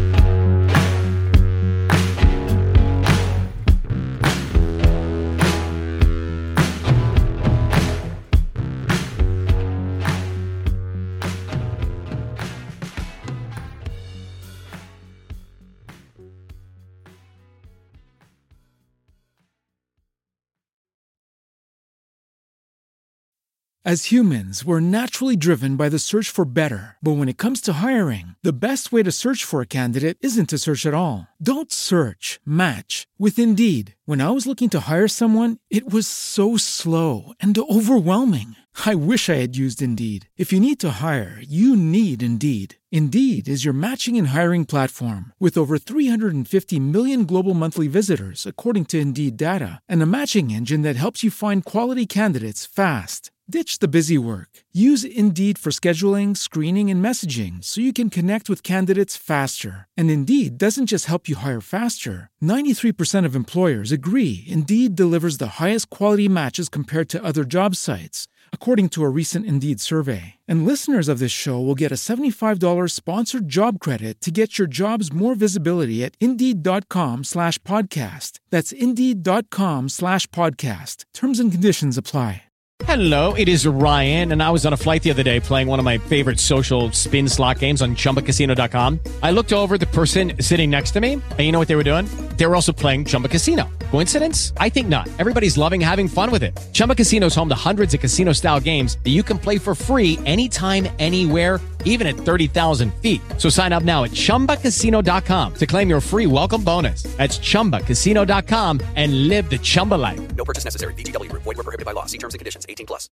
As humans, we're naturally driven by the search for better. But when it comes to hiring, the best way to search for a candidate isn't to search at all. Don't search, match with Indeed. When I was looking to hire someone, it was so slow and overwhelming. I wish I had used Indeed. If you need to hire, you need Indeed. Indeed is your matching and hiring platform with over 350 million global monthly visitors, according to Indeed data, and a matching engine that helps you find quality candidates fast. Ditch the busy work. Use Indeed for scheduling, screening, and messaging so you can connect with candidates faster. And Indeed doesn't just help you hire faster. 93% of employers agree Indeed delivers the highest quality matches compared to other job sites. according to a recent Indeed survey. And listeners of this show will get a $75 sponsored job credit to get your jobs more visibility at Indeed.com/podcast. That's Indeed.com/podcast. Terms and conditions apply. Hello, it is Ryan, and I was on a flight the other day playing one of my favorite social spin slot games on ChumbaCasino.com. I looked over at the person sitting next to me, and you know what they were doing? They were also playing Chumba Casino. Coincidence? I think not. Everybody's loving having fun with it. Chumba Casino is home to hundreds of casino-style games that you can play for free anytime, anywhere, even at 30,000 feet. So sign up now at ChumbaCasino.com to claim your free welcome bonus. That's ChumbaCasino.com and live the Chumba life. No purchase necessary. VGW. Void where prohibited by law. See terms and conditions. 18+.